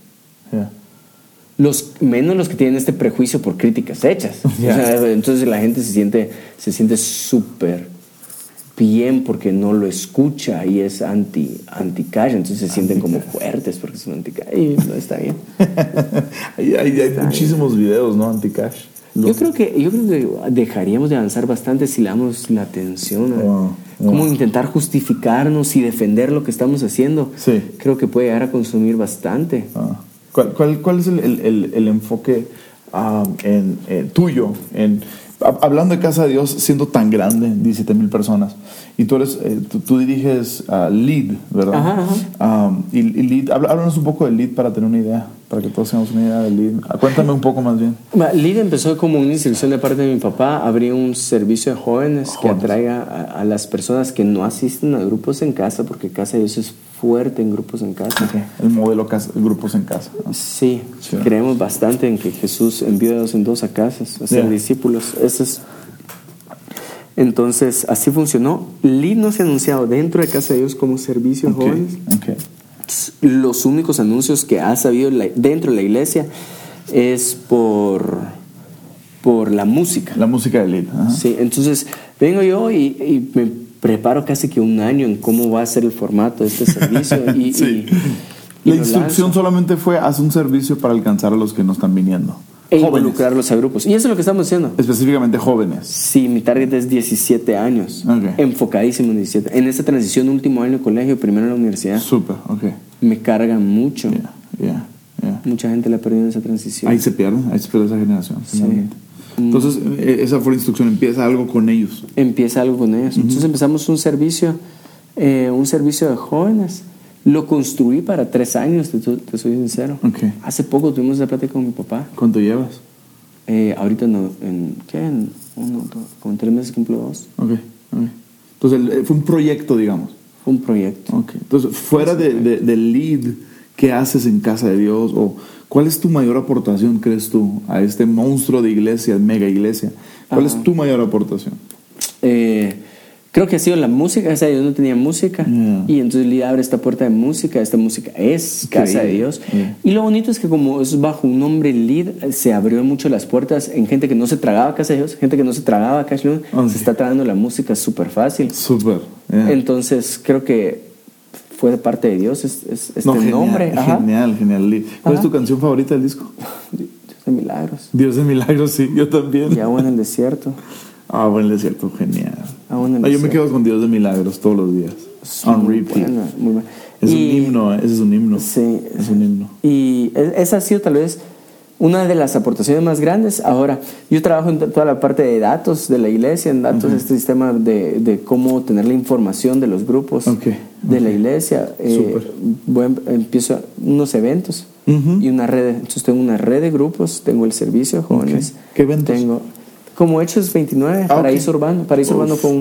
[SPEAKER 2] Menos los que tienen este prejuicio por críticas hechas. O sea, entonces la gente se siente súper bien porque no lo escucha y es anti-cash, entonces se sienten como fuertes porque son anti-cash y no está bien.
[SPEAKER 3] hay muchísimos videos, ¿no? Anti-cash.
[SPEAKER 2] Yo creo que dejaríamos de avanzar bastante si le damos la atención a cómo intentar justificarnos y defender lo que estamos haciendo.
[SPEAKER 3] Sí.
[SPEAKER 2] Creo que puede llegar a consumir bastante.
[SPEAKER 3] ¿Cuál es el enfoque tuyo hablando de Casa de Dios, siendo tan grande, 17,000 personas, y tú diriges Lead, ¿verdad? Y Lead, háblanos un poco de Lead para tener una idea, para que todos tengamos una idea de Lead. Cuéntame un poco más bien.
[SPEAKER 2] Lead empezó como una instrucción de parte de mi papá, abrir un servicio de jóvenes que atraiga a las personas que no asisten a grupos en casa, porque Casa de Dios es fuerte en grupos en casa.
[SPEAKER 3] Okay. El modelo grupos en casa, ¿no?
[SPEAKER 2] Sí, creemos bastante en que Jesús envió de 2 en 2 a casas a ser discípulos. Entonces, así funcionó. Lead no se ha anunciado dentro de Casa de Dios como servicio de jóvenes. Los únicos anuncios que ha sabido dentro de la iglesia es por la música.
[SPEAKER 3] La música de Lead.
[SPEAKER 2] Sí, entonces vengo yo y me preparo casi que un año en cómo va a ser el formato de este servicio.
[SPEAKER 3] La instrucción solamente fue: haz un servicio para alcanzar a los que no están viniendo.
[SPEAKER 2] E involucrarlos a grupos. Y eso es lo que estamos haciendo.
[SPEAKER 3] Específicamente jóvenes.
[SPEAKER 2] Sí, mi target es 17 años. Enfocadísimo en 17. En esta transición, último año de colegio, primero en la universidad.
[SPEAKER 3] Súper,
[SPEAKER 2] me cargan mucho. Mucha gente la ha perdido en esa transición.
[SPEAKER 3] Ahí se pierde esa generación.
[SPEAKER 2] Sí.
[SPEAKER 3] Entonces, esa fue la instrucción. Empieza algo con ellos.
[SPEAKER 2] Entonces empezamos un servicio de jóvenes. Lo construí para 3 años, te soy sincero. Hace poco tuvimos esa plática con mi papá.
[SPEAKER 3] ¿Cuánto llevas?
[SPEAKER 2] Ahorita como en 3 meses cumplo 2.
[SPEAKER 3] Entonces fue un proyecto, digamos.
[SPEAKER 2] Un proyecto.
[SPEAKER 3] Entonces, fuera de Lead, ¿qué haces en Casa de Dios? ¿O cuál es tu mayor aportación, crees tú, a este monstruo de iglesia, mega iglesia? ¿Cuál es tu mayor aportación?
[SPEAKER 2] Creo que ha sido la música. Casa de Dios no tenía música, y entonces Lead abre esta puerta de música. Esta música es Casa de Dios. Y lo bonito es que como es bajo un nombre Lead, se abrió mucho las puertas en gente que no se tragaba Casa de Dios, gente que no se tragaba Cash Loon. Se está tragando la música súper fácil. Entonces creo que fue de parte de Dios nombre.
[SPEAKER 3] Genial. ¿Cuál es tu canción favorita del disco?
[SPEAKER 2] Dios de Milagros.
[SPEAKER 3] Dios de Milagros, sí, yo también.
[SPEAKER 2] Y Agua en el Desierto.
[SPEAKER 3] Agua en el Desierto, genial. Yo me quedo con Dios de Milagros todos los días. On repeat.
[SPEAKER 2] Muy buena.
[SPEAKER 3] Es un himno, ese es un himno.
[SPEAKER 2] Sí.
[SPEAKER 3] Es un himno.
[SPEAKER 2] Y esa ha sido tal vez una de las aportaciones más grandes. Ahora, yo trabajo en toda la parte de datos de la iglesia, en datos, este sistema de cómo tener la información de los grupos de la iglesia. Empiezo unos eventos y una red. Entonces tengo una red de grupos, tengo el servicio de jóvenes.
[SPEAKER 3] ¿Qué eventos?
[SPEAKER 2] Tengo como Hechos 29, Paraíso Urbano. Paraíso Urbano fue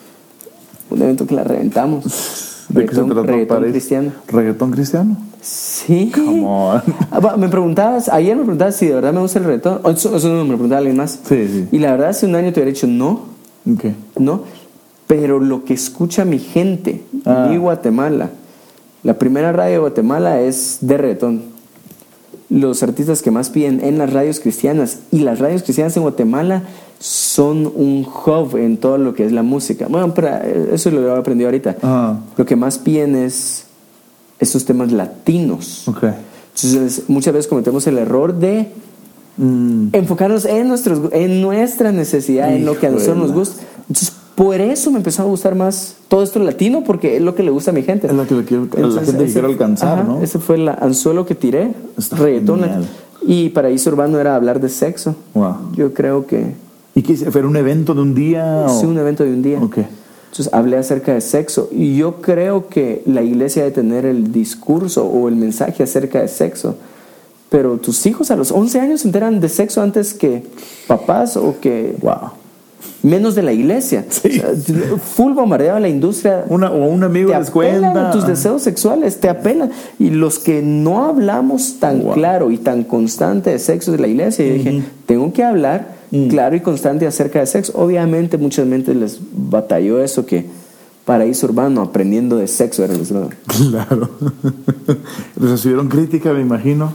[SPEAKER 2] un evento que la reventamos.
[SPEAKER 3] ¿De qué se trató?
[SPEAKER 2] Reggaetón cristiano.
[SPEAKER 3] ¿Reggaetón cristiano?
[SPEAKER 2] Sí.
[SPEAKER 3] Come on.
[SPEAKER 2] Ayer me preguntabas si de verdad me gusta el reggaetón. Eso no me lo preguntaba alguien más.
[SPEAKER 3] Sí.
[SPEAKER 2] Y la verdad, hace un año te hubiera dicho no. No. Pero lo que escucha mi gente en Guatemala, la primera radio de Guatemala es de reggaetón. Los artistas que más piden en las radios cristianas, y las radios cristianas en Guatemala son un hub en todo lo que es la música. Bueno, pero eso lo he aprendido ahorita. Lo que más piden es estos temas latinos. Entonces muchas veces cometemos el error de enfocarnos en nuestra necesidad, en lo que a nosotros nos gusta. Entonces por eso me empezó a gustar más todo esto latino, porque es lo que le gusta a mi gente.
[SPEAKER 3] Es lo que la gente quiere alcanzar, ¿no?
[SPEAKER 2] Ese fue el anzuelo que tiré. Reggaetón. Y Paraíso Urbano era hablar de sexo. Yo creo que...
[SPEAKER 3] ¿Y qué fue un evento de un día?
[SPEAKER 2] Sí, un evento de un día. Entonces hablé acerca de sexo. Y yo creo que la iglesia debe tener el discurso o el mensaje acerca de sexo pero tus hijos a los 11 años se enteran de sexo antes que papás o que...
[SPEAKER 3] Wow.
[SPEAKER 2] Menos de la iglesia.
[SPEAKER 3] Sí.
[SPEAKER 2] O sea, full bombardeado la industria.
[SPEAKER 3] O un amigo les cuenta.
[SPEAKER 2] Tus deseos sexuales te apelan. Y los que no hablamos tan claro y tan constante de sexo de la iglesia, yo dije, tengo que hablar claro y constante acerca de sexo. Obviamente muchas mentes les batalló eso, que paraíso urbano aprendiendo de sexo era el eslogan.
[SPEAKER 3] Claro. ¿Recibieron crítica, me imagino?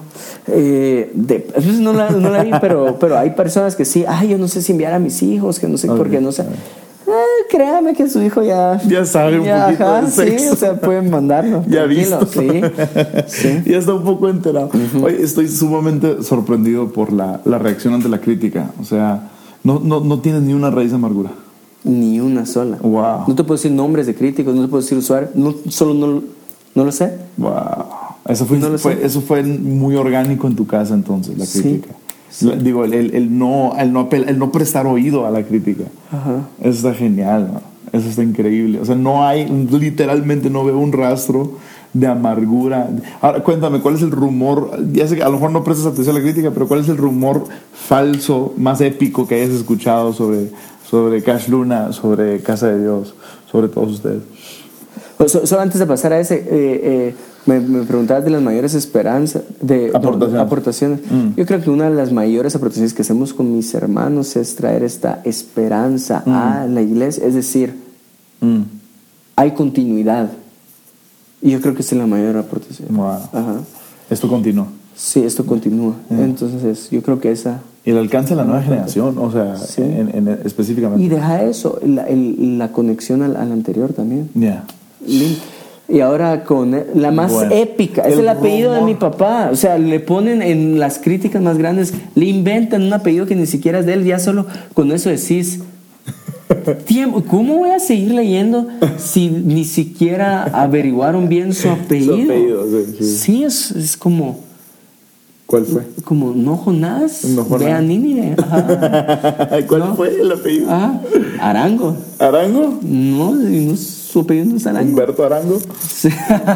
[SPEAKER 2] No la vi, pero hay personas que sí. Yo no sé si enviar a mis hijos, que no sé por qué, no sé. Créame que su hijo ya
[SPEAKER 3] sabe un poquito de sexo.
[SPEAKER 2] Sí, o sea, pueden mandarlo.
[SPEAKER 3] Ya visto.
[SPEAKER 2] Sí.
[SPEAKER 3] Ya está un poco enterado. Oye, estoy sumamente sorprendido por la reacción ante la crítica. O sea, no tienes ni una raíz de amargura.
[SPEAKER 2] Ni una sola.
[SPEAKER 3] Wow.
[SPEAKER 2] No te puedo decir nombres de críticos, no te puedo decir usuarios, no lo sé.
[SPEAKER 3] Wow. Eso fue muy orgánico en tu casa entonces, la crítica.
[SPEAKER 2] Sí.
[SPEAKER 3] Digo, el no prestar oído a la crítica.
[SPEAKER 2] Ajá.
[SPEAKER 3] Eso está genial, ¿no? Eso está increíble. O sea, literalmente no veo un rastro de amargura. Ahora, cuéntame, ¿cuál es el rumor? Ya sé que a lo mejor no prestas atención a la crítica, pero ¿cuál es el rumor falso más épico que hayas escuchado sobre Cash Luna, sobre Casa de Dios, sobre todos ustedes?
[SPEAKER 2] Solo antes de pasar a ese, me preguntabas de las mayores esperanzas, aportaciones. Yo creo que una de las mayores aportaciones que hacemos con mis hermanos es traer esta esperanza a la iglesia, es decir, hay continuidad. Y yo creo que esa es la mayor aportación.
[SPEAKER 3] Wow.
[SPEAKER 2] Ajá.
[SPEAKER 3] Esto continúa.
[SPEAKER 2] Sí, esto continúa. Entonces, yo creo que esa...
[SPEAKER 3] Y el alcance de la nueva generación, o sea, sí. Específicamente.
[SPEAKER 2] Y deja eso, la conexión al anterior también.
[SPEAKER 3] Ya.
[SPEAKER 2] Y ahora con la más épica, es el apellido de mi papá. O sea, le ponen en las críticas más grandes, le inventan un apellido que ni siquiera es de él. Ya solo con eso decís, ¿cómo voy a seguir leyendo si ni siquiera averiguaron bien su apellido?
[SPEAKER 3] Su apellido,
[SPEAKER 2] sí, es como...
[SPEAKER 3] ¿Cuál fue?
[SPEAKER 2] Como no Jonás, ve a Nínive.
[SPEAKER 3] ¿Cuál fue el apellido?
[SPEAKER 2] Arango.
[SPEAKER 3] ¿Arango?
[SPEAKER 2] No, su apellido no es Arango.
[SPEAKER 3] ¿Humberto Arango?
[SPEAKER 2] Sí.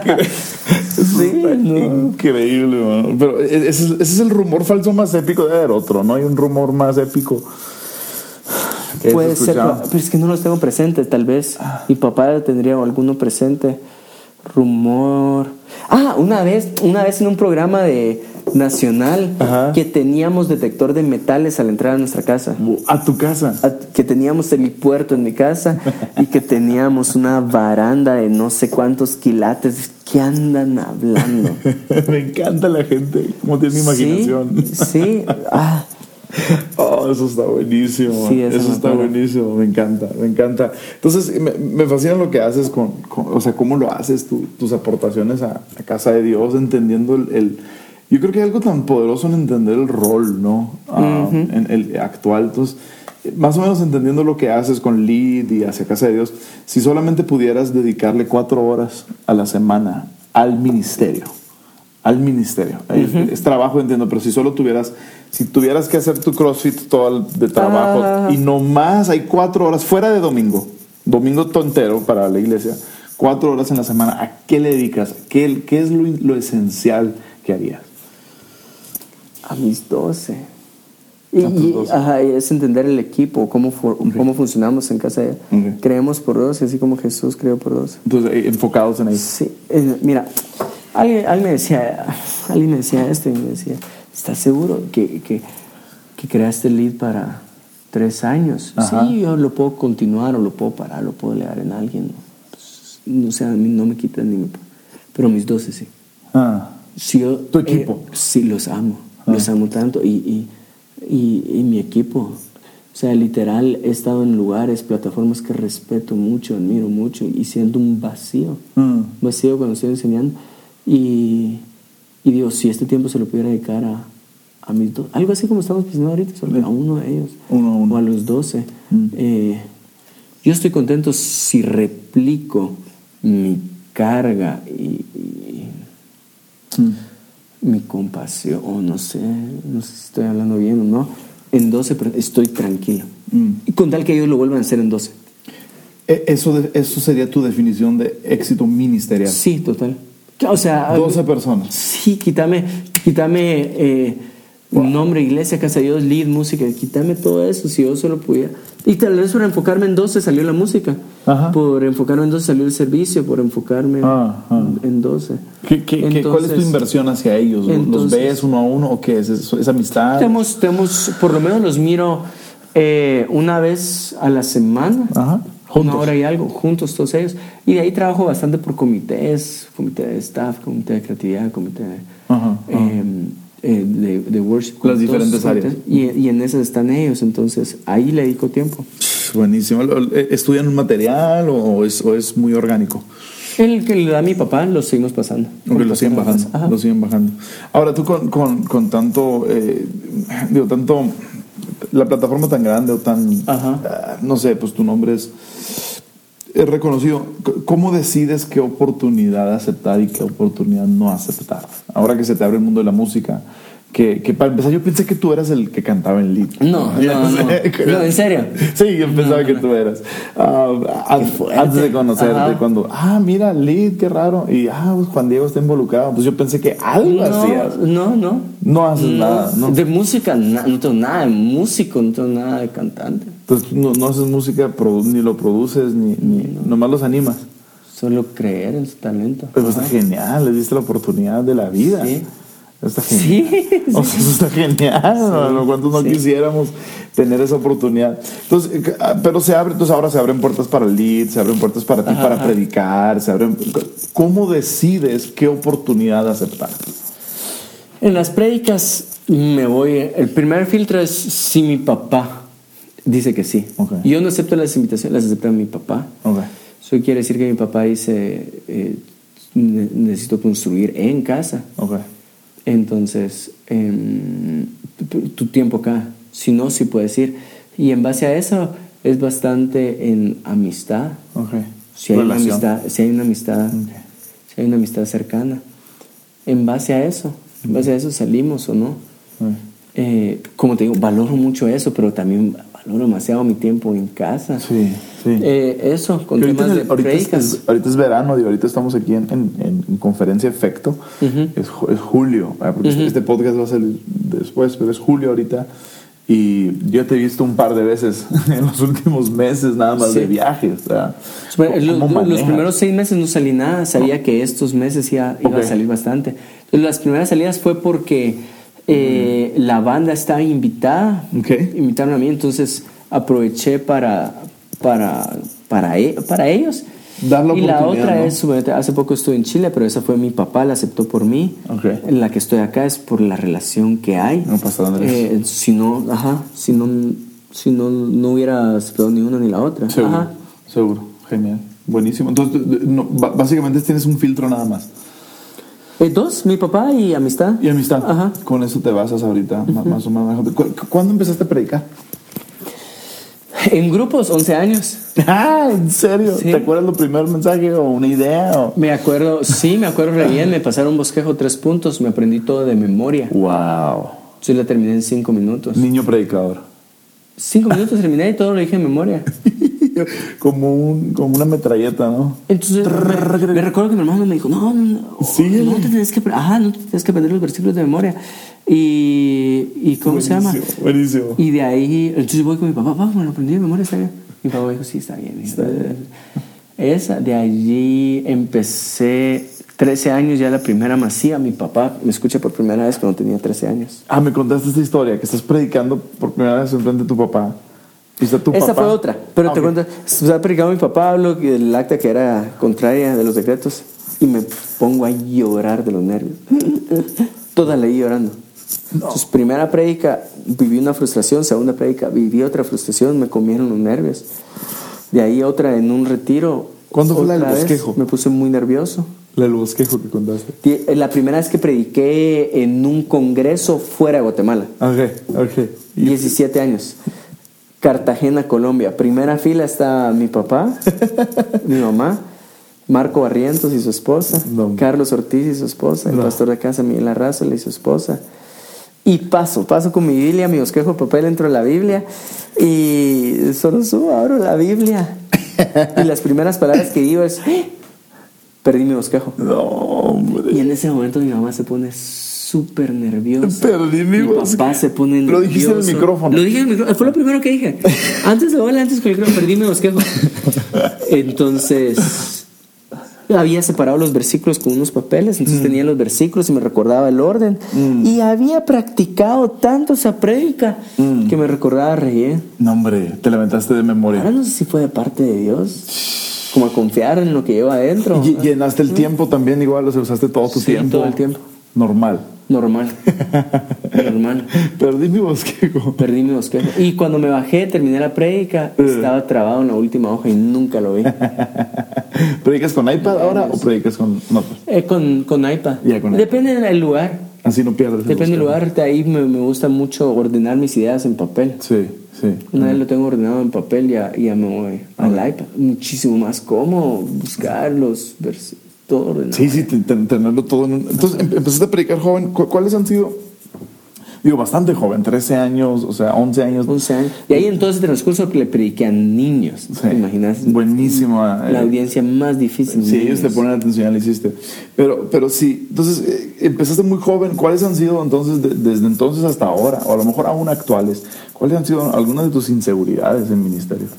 [SPEAKER 3] Increíble, man. Pero ese es el rumor falso más épico. Debe haber otro, ¿no? Hay un rumor más épico.
[SPEAKER 2] Puede ser, pero es que no los tengo presentes. Tal vez mi papá tendría alguno presente. Rumor. Una vez en un programa de nacional, que teníamos detector de metales al entrar a nuestra casa.
[SPEAKER 3] ¿A tu casa?
[SPEAKER 2] Que teníamos helipuerto en mi casa y que teníamos una baranda de no sé cuántos quilates. ¿Qué andan hablando?
[SPEAKER 3] Me encanta la gente, cómo tiene imaginación.
[SPEAKER 2] Sí.
[SPEAKER 3] Eso está buenísimo.
[SPEAKER 2] Sí,
[SPEAKER 3] eso está buenísimo. Me encanta. Entonces, me fascina lo que haces o sea, cómo lo haces tus aportaciones a Casa de Dios, entendiendo yo creo que hay algo tan poderoso en entender el rol, ¿no? En el actual. Entonces, más o menos entendiendo lo que haces con Lead y hacia Casa de Dios, si solamente pudieras dedicarle 4 horas a la semana al ministerio. Es trabajo, entiendo, pero si tuvieras que hacer tu CrossFit todo de trabajo y nomás hay 4 horas fuera de domingo entero para la iglesia, 4 horas en la semana, ¿a qué le dedicas? ¿Qué es lo esencial que harías?
[SPEAKER 2] A mis 12. Es entender el equipo, cómo funcionamos en Casa de Dios. Creemos por 12, así como Jesús creó por 12.
[SPEAKER 3] Entonces, enfocados en ahí.
[SPEAKER 2] Sí, mira, alguien me decía esto y me decía, ¿estás seguro que creaste el Lead para 3 años? Sí, yo lo puedo continuar o lo puedo parar, lo puedo leer en alguien. Pues, no sé, a mí no me quitan ni me... Pero mis 12 sí.
[SPEAKER 3] ¿Tu equipo?
[SPEAKER 2] Sí, los amo tanto y mi equipo, o sea, literal he estado en lugares, plataformas que respeto mucho, admiro mucho y siento un vacío cuando estoy enseñando y digo, si este tiempo se lo pudiera dedicar a mis 12, algo así como estamos pensando ahorita, solo a uno de ellos o a los 12, yo estoy contento si replico mi carga y mi compasión, o no sé si estoy hablando bien o no, en 12, pero estoy tranquilo. Y con tal que ellos lo vuelvan a hacer en 12.
[SPEAKER 3] ¿Eso sería tu definición de éxito ministerial?
[SPEAKER 2] Sí, total. O sea,
[SPEAKER 3] 12 personas.
[SPEAKER 2] Sí, quítame nombre, iglesia, casa de Dios, lead, música, quítame todo eso, si yo solo pudiera. Y tal vez por enfocarme en 12 salió la música.
[SPEAKER 3] Ajá.
[SPEAKER 2] Por enfocarme en 12 salió el servicio, por enfocarme en 12.
[SPEAKER 3] ¿Cuál es tu inversión hacia ellos? ¿Los ves uno a uno o qué? ¿Es amistad?
[SPEAKER 2] Tenemos, por lo menos los miro una vez a la semana.
[SPEAKER 3] Ajá.
[SPEAKER 2] Una hora y algo, juntos todos ellos. Y de ahí trabajo bastante por comités, comité de staff, comité de creatividad, comité de worship.
[SPEAKER 3] Las diferentes áreas.
[SPEAKER 2] Y en esas están ellos, entonces ahí le dedico tiempo.
[SPEAKER 3] Buenísimo. ¿Estudian un material o es muy orgánico?
[SPEAKER 2] El que le da a mi papá lo seguimos pasando.
[SPEAKER 3] Porque lo siguen bajando. Lo siguen bajando. Ahora tú con tanto, tanto, la plataforma tan grande o tan, no sé, pues tu nombre es reconocido. ¿Cómo decides qué oportunidad aceptar y qué oportunidad no aceptar? Ahora que se te abre el mundo de la música, que para empezar yo pensé que tú eras el que cantaba en lead.
[SPEAKER 2] No, ¿en serio?
[SPEAKER 3] Sí, yo pensaba que tú eras. Antes de conocerte, cuando, mira, lead, qué raro. Y, pues Juan Diego está involucrado. Pues yo pensé que algo hacías. No haces nada, ¿no?
[SPEAKER 2] De música, no tengo nada de músico, no tengo nada de cantante.
[SPEAKER 3] Entonces no haces música, ni lo produces, ni nomás los animas.
[SPEAKER 2] Solo creer en su talento.
[SPEAKER 3] Pero está genial, le diste la oportunidad de la vida.
[SPEAKER 2] Sí.
[SPEAKER 3] Está genial.
[SPEAKER 2] Sí.
[SPEAKER 3] O sea, eso está genial. Sí. ¿Cuántos no quisiéramos tener esa oportunidad? Entonces, pero ahora se abren puertas para el lead, se abren puertas para ti, para predicar, ¿Cómo decides qué oportunidad aceptar?
[SPEAKER 2] En las prédicas el primer filtro es si mi papá dice que sí.
[SPEAKER 3] Okay.
[SPEAKER 2] Yo no acepto las invitaciones, las acepta mi papá.
[SPEAKER 3] Okay.
[SPEAKER 2] Eso quiere decir que mi papá dice, necesito construir en casa.
[SPEAKER 3] Okay.
[SPEAKER 2] Entonces, tu tiempo acá. Si no, sí puedes ir. Y en base a eso, es bastante en amistad.
[SPEAKER 3] Okay.
[SPEAKER 2] Si hay una amistad cercana. En base a eso salimos o no. Como te digo, valoro mucho eso, pero también valoro demasiado mi tiempo en casa.
[SPEAKER 3] Sí.
[SPEAKER 2] Eso, con temas de prédicas.
[SPEAKER 3] Ahorita es verano, ahorita estamos aquí en conferencia Efecto. Es julio, porque este podcast va a salir después, pero es julio ahorita. Y yo te he visto un par de veces en los últimos meses, nada más de viajes. O sea,
[SPEAKER 2] los primeros 6 meses no salí nada, sabía que estos meses iba a salir bastante. Entonces, las primeras salidas fue porque la banda estaba invitada, invitaron a mí, entonces aproveché para ellos.
[SPEAKER 3] Y
[SPEAKER 2] la otra es, hace poco estuve en Chile, pero esa fue mi papá, la aceptó por mí. La que estoy acá es por la relación que hay.
[SPEAKER 3] No, Pastor Andrés.
[SPEAKER 2] Si no hubiera aceptado ni una ni la otra.
[SPEAKER 3] Seguro, genial, buenísimo. Entonces, básicamente tienes un filtro nada más.
[SPEAKER 2] 2, mi papá y amistad.
[SPEAKER 3] Y amistad. Con eso te basas ahorita, más o menos. ¿Cuándo empezaste a predicar?
[SPEAKER 2] En grupos, 11 años.
[SPEAKER 3] ¿En serio?
[SPEAKER 2] Sí.
[SPEAKER 3] ¿Te acuerdas el primer mensaje o una idea?
[SPEAKER 2] Me acuerdo re bien. Me pasaron un bosquejo 3 puntos. Me aprendí todo de memoria.
[SPEAKER 3] Wow.
[SPEAKER 2] Yo la terminé en 5 minutos.
[SPEAKER 3] Niño predicador.
[SPEAKER 2] 5 minutos terminé y todo lo dije en memoria.
[SPEAKER 3] como una metralleta, ¿no?
[SPEAKER 2] Entonces me recuerdo que mi hermano me dijo, no te tienes que aprender los versículos de memoria. Y ¿cómo se llama?
[SPEAKER 3] Buenísimo.
[SPEAKER 2] Y de ahí, entonces voy con mi papá, me lo aprendí de memoria, está bien. Mi papá me dijo, sí, está bien. De allí empecé 13 años, ya la primera masía. Mi papá me escucha por primera vez cuando tenía 13 años.
[SPEAKER 3] Me contaste esta historia, que estás predicando por primera vez enfrente de tu papá.
[SPEAKER 2] Esa fue otra, pero te cuento, estaba predicando mi papá, hablo del acta que era contraria de los decretos y me pongo a llorar de los nervios. Toda la ahí llorando. Entonces, primera prédica viví una frustración, segunda prédica viví otra frustración, me comieron los nervios. De ahí otra en un retiro.
[SPEAKER 3] ¿Cuándo fue la del bosquejo?
[SPEAKER 2] Me puse muy nervioso.
[SPEAKER 3] La del bosquejo que contaste.
[SPEAKER 2] La primera vez que prediqué en un congreso fuera de Guatemala. 17 años. Cartagena, Colombia. Primera fila está mi papá, mi mamá, Marco Barrientos y su esposa, Carlos Ortiz y su esposa, el pastor de casa Miguel Arrazola y su esposa. Y paso con mi Biblia, mi bosquejo de papel dentro de la Biblia y solo abro la Biblia y las primeras palabras que digo es perdí mi bosquejo.
[SPEAKER 3] hombre.
[SPEAKER 2] Y en ese momento mi mamá se pone súper nerviosa.
[SPEAKER 3] Perdí mi voz.
[SPEAKER 2] Papá se pone nervioso.
[SPEAKER 3] Lo dijiste en el micrófono.
[SPEAKER 2] Lo dije en el micrófono. Fue lo primero que dije. Antes de hola, antes que el micrófono, perdí mi bosquejo. Entonces, había separado los versículos con unos papeles. Entonces tenía los versículos y me recordaba el orden. Y había practicado tanto esa prédica que me recordaba re.
[SPEAKER 3] No, hombre, te levantaste de memoria.
[SPEAKER 2] Ahora no sé si fue de parte de Dios, como a confiar en lo que lleva adentro.
[SPEAKER 3] Y llenaste el tiempo también igual, o sea, usaste todo tu tiempo.
[SPEAKER 2] Todo el tiempo.
[SPEAKER 3] Normal.
[SPEAKER 2] Normal.
[SPEAKER 3] Perdí mi bosquejo.
[SPEAKER 2] Perdí mi bosquejo. Y cuando me bajé, terminé la prédica, estaba trabado en la última hoja y nunca lo vi.
[SPEAKER 3] ¿Predicas con iPad ahora o predicas con notas?
[SPEAKER 2] Con iPad.
[SPEAKER 3] Ya, con
[SPEAKER 2] Depende del lugar.
[SPEAKER 3] Así no pierdes el
[SPEAKER 2] Depende del
[SPEAKER 3] bosquejo.
[SPEAKER 2] lugar. De ahí me gusta mucho ordenar mis ideas en papel.
[SPEAKER 3] Sí, sí.
[SPEAKER 2] Una vez lo tengo ordenado en papel, ya me voy al iPad. Muchísimo más cómodo buscar los versículos. Todo ordenado.
[SPEAKER 3] Sí, tenerlo todo en un... Entonces, empezaste a predicar joven. ¿Cuáles han sido? Digo, bastante joven, 13 años, o sea, 11 años.
[SPEAKER 2] 11 años. Y ahí entonces, en el transcurso que le prediqué a niños.
[SPEAKER 3] Sí.
[SPEAKER 2] ¿Te imaginas?
[SPEAKER 3] Buenísima.
[SPEAKER 2] La audiencia más difícil.
[SPEAKER 3] Sí, ellos te ponen atención, ya lo hiciste. Pero sí, entonces, empezaste muy joven. ¿Cuáles han sido entonces, desde entonces hasta ahora, o a lo mejor aún actuales, cuáles han sido algunas de tus inseguridades en ministerio?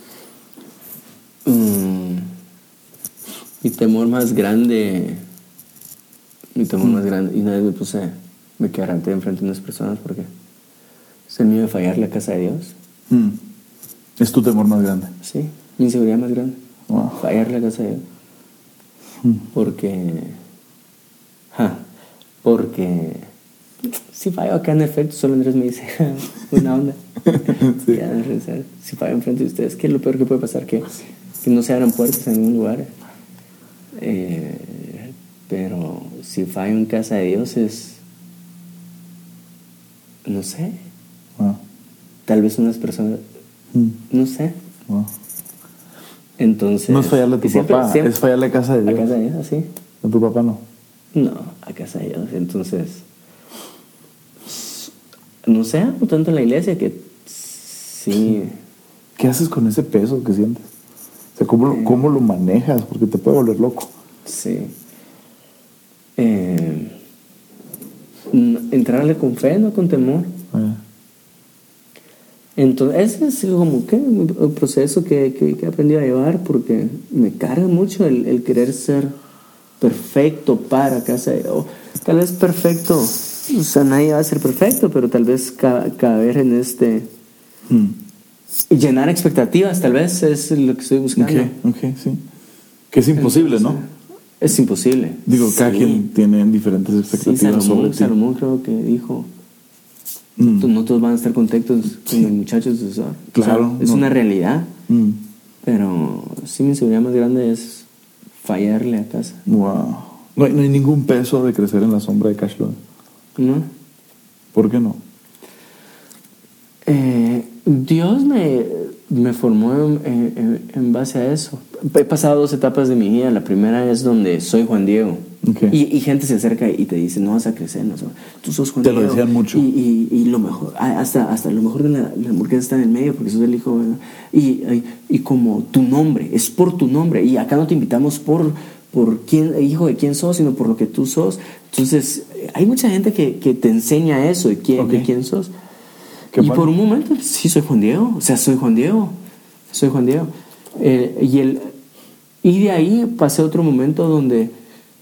[SPEAKER 2] Mi temor más grande, y una vez me quebranté enfrente de unas personas porque es el miedo de fallar la casa de Dios.
[SPEAKER 3] Es tu temor más grande.
[SPEAKER 2] Sí, mi inseguridad más grande.
[SPEAKER 3] Wow.
[SPEAKER 2] Fallar la casa de Dios. Porque si fallo acá en efecto, solo Andrés me dice, una onda.
[SPEAKER 3] Sí.
[SPEAKER 2] Ya, si fallo enfrente de ustedes, ¿qué es lo peor que puede pasar? Que no se abran puertas en ningún lugar. Pero si fallo en casa de Dios es, no sé, tal vez unas personas, no sé. Entonces,
[SPEAKER 3] No es fallarle a tu papá,
[SPEAKER 2] siempre,
[SPEAKER 3] es fallarle a casa de Dios.
[SPEAKER 2] a casa de Dios, sí.
[SPEAKER 3] A tu papá no.
[SPEAKER 2] No, a casa de Dios. Entonces, no sé, amo tanto en la iglesia que sí.
[SPEAKER 3] ¿Qué haces con ese peso que sientes? O sea, ¿cómo lo manejas? Porque te puede volver loco.
[SPEAKER 2] Sí. Entrarle con fe, no con temor. Entonces, ese es como que el proceso que he aprendido a llevar, porque me carga mucho el querer ser perfecto para casa de Dios. Tal vez perfecto, o sea, nadie va a ser perfecto, pero tal vez caber en y llenar expectativas, tal vez es lo que estoy buscando.
[SPEAKER 3] Ok, sí. Que es imposible, ¿no?
[SPEAKER 2] Es imposible.
[SPEAKER 3] Digo, cada
[SPEAKER 2] Sí.
[SPEAKER 3] quien tiene diferentes expectativas sobre ti.
[SPEAKER 2] Salomón creo que dijo, no todos van a estar contentos con el muchacho sucesor.
[SPEAKER 3] Claro.
[SPEAKER 2] O sea, es una realidad. Pero sí, mi inseguridad más grande es fallarle a casa.
[SPEAKER 3] Wow. No hay ningún peso de crecer en la sombra de Cash Love.
[SPEAKER 2] ¿No?
[SPEAKER 3] ¿Por qué no?
[SPEAKER 2] Dios me formó en base a eso. He pasado 2 etapas de mi vida. La primera es donde soy Juan Diego.
[SPEAKER 3] Okay.
[SPEAKER 2] Y gente se acerca y te dice, no vas a crecer, no, tú sos Juan
[SPEAKER 3] Te
[SPEAKER 2] Diego.
[SPEAKER 3] lo decían mucho.
[SPEAKER 2] Y lo mejor, hasta lo mejor de la hamburguesa está en el medio, porque sos el hijo. Y como tu nombre, es por tu nombre. Y acá no te invitamos por quién, hijo de quién sos, sino por lo que tú sos. Entonces, hay mucha gente que te enseña eso, de quién sos. Y bueno, por un momento, sí, soy Juan Diego. O sea, soy Juan Diego. Y de ahí pasé a otro momento donde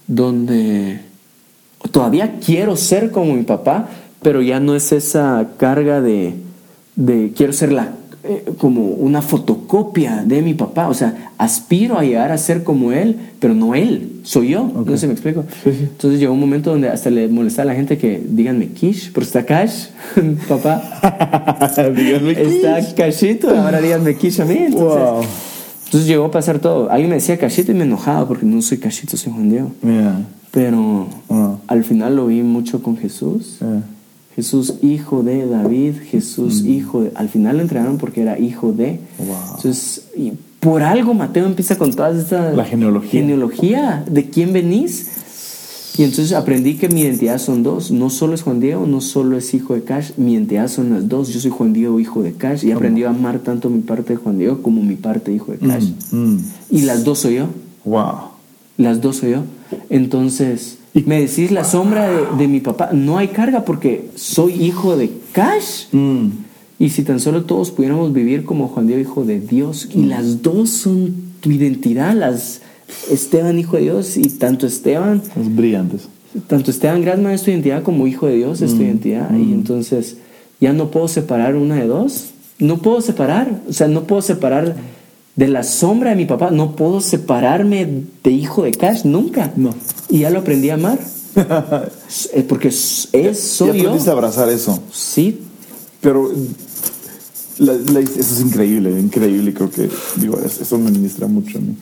[SPEAKER 2] todavía quiero ser como mi papá, pero ya no es esa carga de quiero ser como una fotocopia de mi papá. O sea, aspiro a llegar a ser como él, pero no él, soy yo. Okay. No sé si me explico.
[SPEAKER 3] Sí.
[SPEAKER 2] Entonces llegó un momento donde hasta le molestaba a la gente que díganme Kish, pero está Cash, papá.
[SPEAKER 3] Díganme Kish.
[SPEAKER 2] Está Cashito, ahora díganme Kish a mí. Entonces llegó a pasar todo. Alguien me decía Cashito y me enojaba porque no soy Cashito, soy Juan Diego. Pero al final lo vi mucho con Jesús. Jesús, hijo de David, Jesús, hijo de... Al final lo entregaron porque era hijo de... Entonces, y por algo Mateo empieza con toda esta...
[SPEAKER 3] La genealogía.
[SPEAKER 2] ¿De quién venís? Y entonces aprendí que mi identidad son 2. No solo es Juan Diego, no solo es hijo de Cash. Mi identidad son las 2. Yo soy Juan Diego, hijo de Cash. Y aprendí a amar tanto mi parte de Juan Diego como mi parte de hijo de Cash. Y las 2 soy yo.
[SPEAKER 3] Wow.
[SPEAKER 2] Las dos soy yo. Entonces, me decís la sombra de mi papá. No hay carga porque soy hijo de Cash. Y si tan solo todos pudiéramos vivir como Juan Diego, hijo de Dios. Y las dos son tu identidad. Esteban, hijo de Dios, y tanto Esteban...
[SPEAKER 3] Los brillantes.
[SPEAKER 2] Tanto Esteban Grassman es tu identidad como hijo de Dios es tu identidad. Y entonces ya no puedo separar una de dos. No puedo separar. O sea, no puedo separar de la sombra de mi papá. No puedo separarme de hijo de Cash. Nunca.
[SPEAKER 3] No.
[SPEAKER 2] Y ya lo aprendí a amar. Porque soy
[SPEAKER 3] ya
[SPEAKER 2] yo.
[SPEAKER 3] aprendiste a abrazar eso.
[SPEAKER 2] Sí.
[SPEAKER 3] Pero eso es increíble. Creo que, eso me ministra mucho a mí.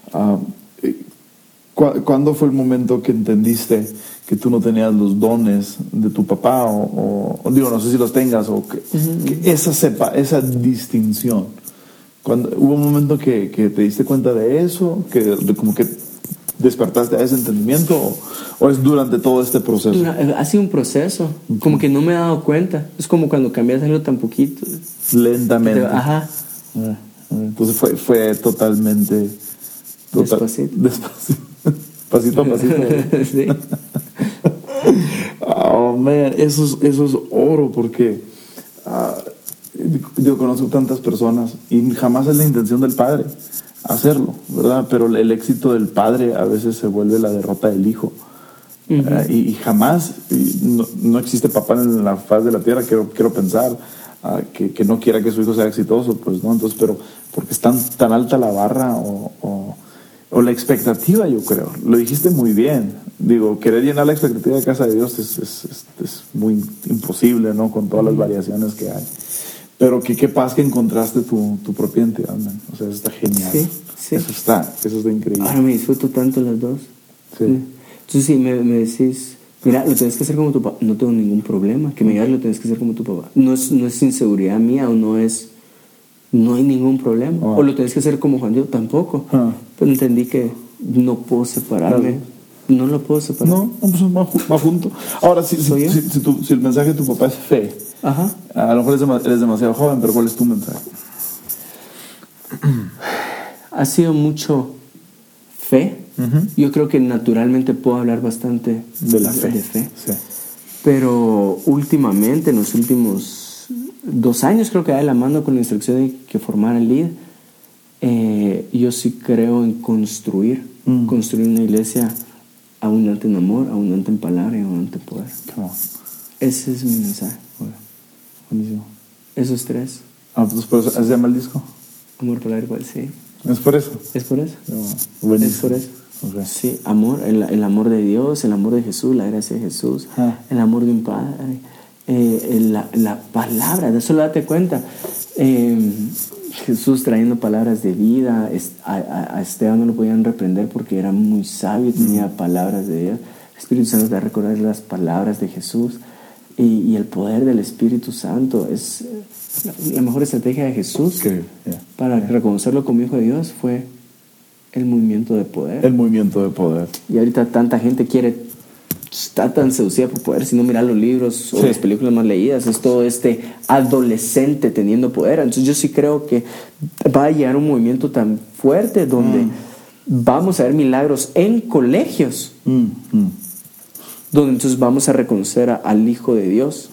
[SPEAKER 3] ¿Cuándo fue el momento que entendiste que tú no tenías los dones de tu papá? O no sé si los tengas, o que esa distinción. ¿Hubo un momento que te diste cuenta de eso? Como que despertaste a ese entendimiento, o es durante todo este proceso?
[SPEAKER 2] Ha sido un proceso. Como que no me he dado cuenta. Es como cuando cambias algo tan poquito.
[SPEAKER 3] Lentamente.
[SPEAKER 2] Ajá.
[SPEAKER 3] Entonces fue totalmente...
[SPEAKER 2] Despacito.
[SPEAKER 3] Pasito a pasito.
[SPEAKER 2] Sí.
[SPEAKER 3] Oh, man, eso es oro, porque yo conozco tantas personas y jamás es la intención del padre hacerlo, ¿verdad? Pero el éxito del padre a veces se vuelve la derrota del hijo. Y jamás no existe papá en la faz de la tierra, quiero pensar, que no quiera que su hijo sea exitoso, pues no. Entonces, pero porque es tan alta la barra o la expectativa, yo creo. Lo dijiste muy bien. Querer llenar la expectativa de casa de Dios es muy imposible, ¿no? Con todas las variaciones que hay. Pero qué paz que encontraste tu propia identidad, man. O sea, eso está genial.
[SPEAKER 2] Sí.
[SPEAKER 3] Eso está increíble.
[SPEAKER 2] Ahora me disfruto tanto las dos.
[SPEAKER 3] Sí.
[SPEAKER 2] Entonces, si me decís, mira, lo tienes que hacer como tu papá, no tengo ningún problema. Que me digas, lo tienes que hacer como tu papá. No es inseguridad mía, o no hay ningún problema. O lo tienes que hacer como Juan Diego, tampoco. Pero entendí que no puedo separarme. Claro. No lo puedo separar.
[SPEAKER 3] No, pues va junto. Ahora, si el mensaje de tu papá es fe, a lo mejor eres demasiado joven, pero ¿cuál es tu mensaje?
[SPEAKER 2] Ha sido mucho fe. Yo creo que naturalmente puedo hablar bastante
[SPEAKER 3] de la fe.
[SPEAKER 2] Sí. Pero últimamente, en los últimos 2 años, creo que va de la mano con la instrucción de que formara el líder. Yo sí creo en construir una iglesia abundante en amor, abundante en palabra y abundante en poder. Ese es mi mensaje.
[SPEAKER 3] Buenísimo.
[SPEAKER 2] Esos 3.
[SPEAKER 3] Pues por eso se llama el disco.
[SPEAKER 2] Amor, palabra y poder, sí.
[SPEAKER 3] ¿Es por eso?
[SPEAKER 2] Es por eso.
[SPEAKER 3] Buenísimo.
[SPEAKER 2] Es por eso.
[SPEAKER 3] Okay.
[SPEAKER 2] Sí, amor, el amor de Dios, el amor de Jesús, la gracia de Jesús, el amor de un padre, la palabra, de eso date cuenta. Jesús trayendo palabras de vida. A Esteban no lo podían reprender porque era muy sabio, tenía palabras de Dios. El Espíritu Santo te va a recordar las palabras de Jesús, y el poder del Espíritu Santo es la mejor estrategia de Jesús para reconocerlo como hijo de Dios. Fue el movimiento de poder. Y ahorita tanta gente está tan seducida por poder. Si no, mira los libros o las películas más leídas, es todo este adolescente teniendo poder. Entonces yo sí creo que va a llegar un movimiento tan fuerte donde vamos a ver milagros en colegios, donde entonces vamos a reconocer al Hijo de Dios.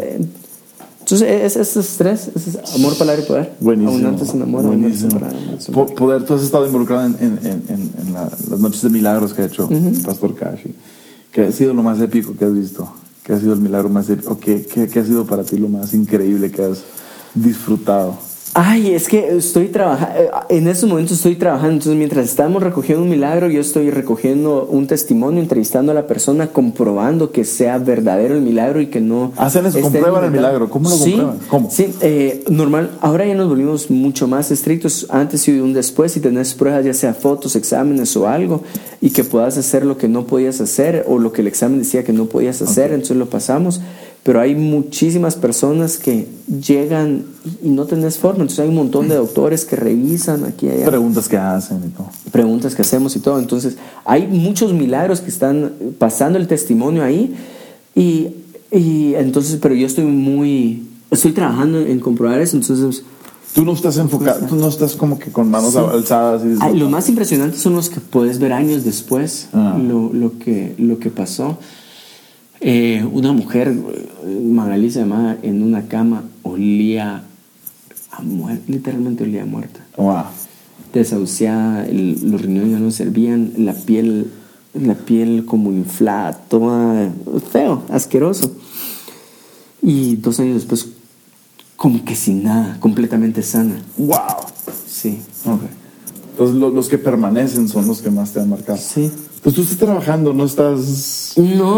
[SPEAKER 2] Entonces esos 3, amor, palabra y poder.
[SPEAKER 3] Buenísimo.
[SPEAKER 2] Abundantes en amor, abundantes en palabra.
[SPEAKER 3] Poder, tú has estado involucrado en las noches de milagros que ha hecho el Pastor Cash. ¿Qué ha sido lo más épico que has visto? ¿Qué ha sido el milagro más épico? ¿Qué ha sido para ti lo más increíble que has disfrutado?
[SPEAKER 2] Ay, es que estoy trabajando, en esos momentos estoy trabajando. Entonces, mientras estamos recogiendo un milagro, yo estoy recogiendo un testimonio, entrevistando a la persona, comprobando que sea verdadero el milagro y que no...
[SPEAKER 3] Hacen eso, comprueban el milagro. ¿Cómo lo comprueban? ¿Cómo?
[SPEAKER 2] Sí, normal. Ahora ya nos volvimos mucho más estrictos. Antes y un después, si tenés pruebas, ya sea fotos, exámenes o algo, y que puedas hacer lo que no podías hacer o lo que el examen decía que no podías hacer, entonces lo pasamos. Pero hay muchísimas personas que llegan y no tenés forma. Entonces hay un montón de doctores que revisan aquí y allá.
[SPEAKER 3] Preguntas que hacen y todo.
[SPEAKER 2] Preguntas que hacemos y todo. Entonces hay muchos milagros que están pasando el testimonio ahí. Y entonces, pero yo estoy trabajando en comprobar eso. Entonces
[SPEAKER 3] Tú no estás enfocado, tú no estás como que con manos alzadas. Y
[SPEAKER 2] los más impresionantes son los que puedes ver años después, lo que pasó. Una mujer, Magali se llamaba, en una cama olía a muerte, literalmente olía a muerta.
[SPEAKER 3] Wow.
[SPEAKER 2] Desahuciada, los riñones ya no servían, la piel como inflada, toda feo, asqueroso. Y 2 años después, como que sin nada, completamente sana.
[SPEAKER 3] Wow.
[SPEAKER 2] Sí.
[SPEAKER 3] Okay. Entonces los que permanecen son los que más te han marcado.
[SPEAKER 2] Sí.
[SPEAKER 3] Pues tú estás trabajando, no estás...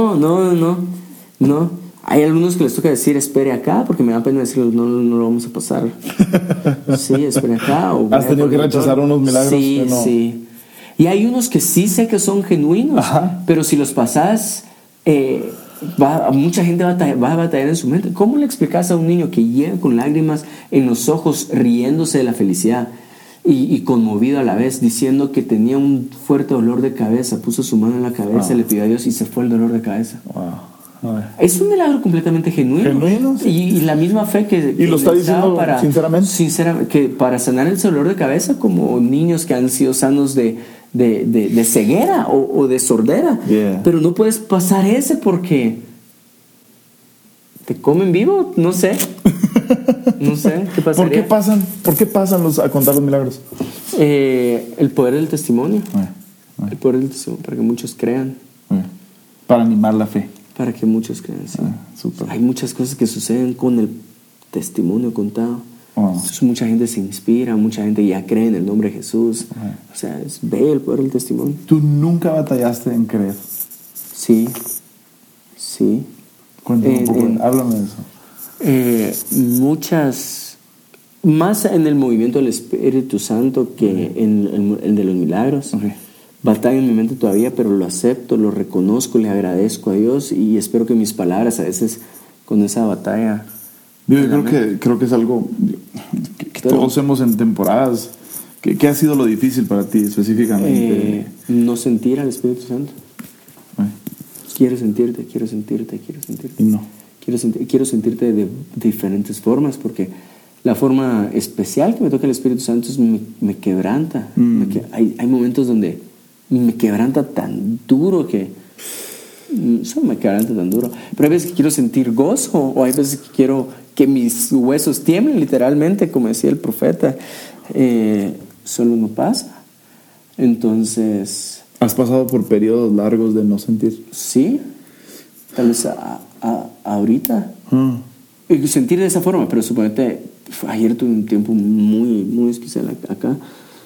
[SPEAKER 2] No. Hay algunos que les toca decir, espere acá, porque me da pena decirles, no lo vamos a pasar. Sí, espere acá.
[SPEAKER 3] ¿Has tenido que rechazar unos milagros?
[SPEAKER 2] Sí,
[SPEAKER 3] no?
[SPEAKER 2] Sí. Y hay unos que sí sé que son genuinos, pero si los pasas, mucha gente va a batallar en su mente. ¿Cómo le explicas a un niño que llega con lágrimas en los ojos, riéndose de la felicidad y conmovido a la vez, diciendo que tenía un fuerte dolor de cabeza, puso su mano en la cabeza, le pidió a Dios y se fue el dolor de cabeza? Es un milagro completamente genuino. Y la misma fe que
[SPEAKER 3] y lo está diciendo
[SPEAKER 2] sinceramente, que para sanar el dolor de cabeza, como niños que han sido sanos de ceguera o de sordera. Pero no puedes pasar ese porque te comen vivo. No sé qué pasaría.
[SPEAKER 3] ¿Por qué pasan a contar los milagros?
[SPEAKER 2] El poder del testimonio. El poder del testimonio, para que muchos crean.
[SPEAKER 3] Para animar la fe.
[SPEAKER 2] Para que muchos crean, sí. Hay muchas cosas que suceden con el testimonio contado. Entonces mucha gente se inspira, mucha gente ya cree en el nombre de Jesús. O sea, es bello el poder del testimonio.
[SPEAKER 3] ¿Tú nunca batallaste en creer?
[SPEAKER 2] Sí.
[SPEAKER 3] Cuéntame un poco, háblame de eso.
[SPEAKER 2] Muchas, más en el movimiento del Espíritu Santo que en el de los milagros. Batalla en mi mente todavía, pero lo acepto, lo reconozco, le agradezco a Dios y espero que mis palabras a veces con esa batalla...
[SPEAKER 3] Yo creo que es algo que todos hemos en temporadas. ¿Qué ha sido lo difícil para ti específicamente?
[SPEAKER 2] No sentir al Espíritu Santo. Quiero sentirte.
[SPEAKER 3] Y no.
[SPEAKER 2] Quiero sentirte de diferentes formas, porque la forma especial que me toca el Espíritu Santo es me quebranta. Hay momentos donde me quebranta tan duro que... Eso me quebranta tan duro. Pero hay veces que quiero sentir gozo, o hay veces que quiero que mis huesos tiemblen, literalmente, como decía el profeta. Solo no pasa. Entonces...
[SPEAKER 3] ¿Has pasado por periodos largos de no sentir?
[SPEAKER 2] Sí. Tal vez ahorita. Y sentir de esa forma, pero suponete, ayer tuve un tiempo muy, muy especial acá.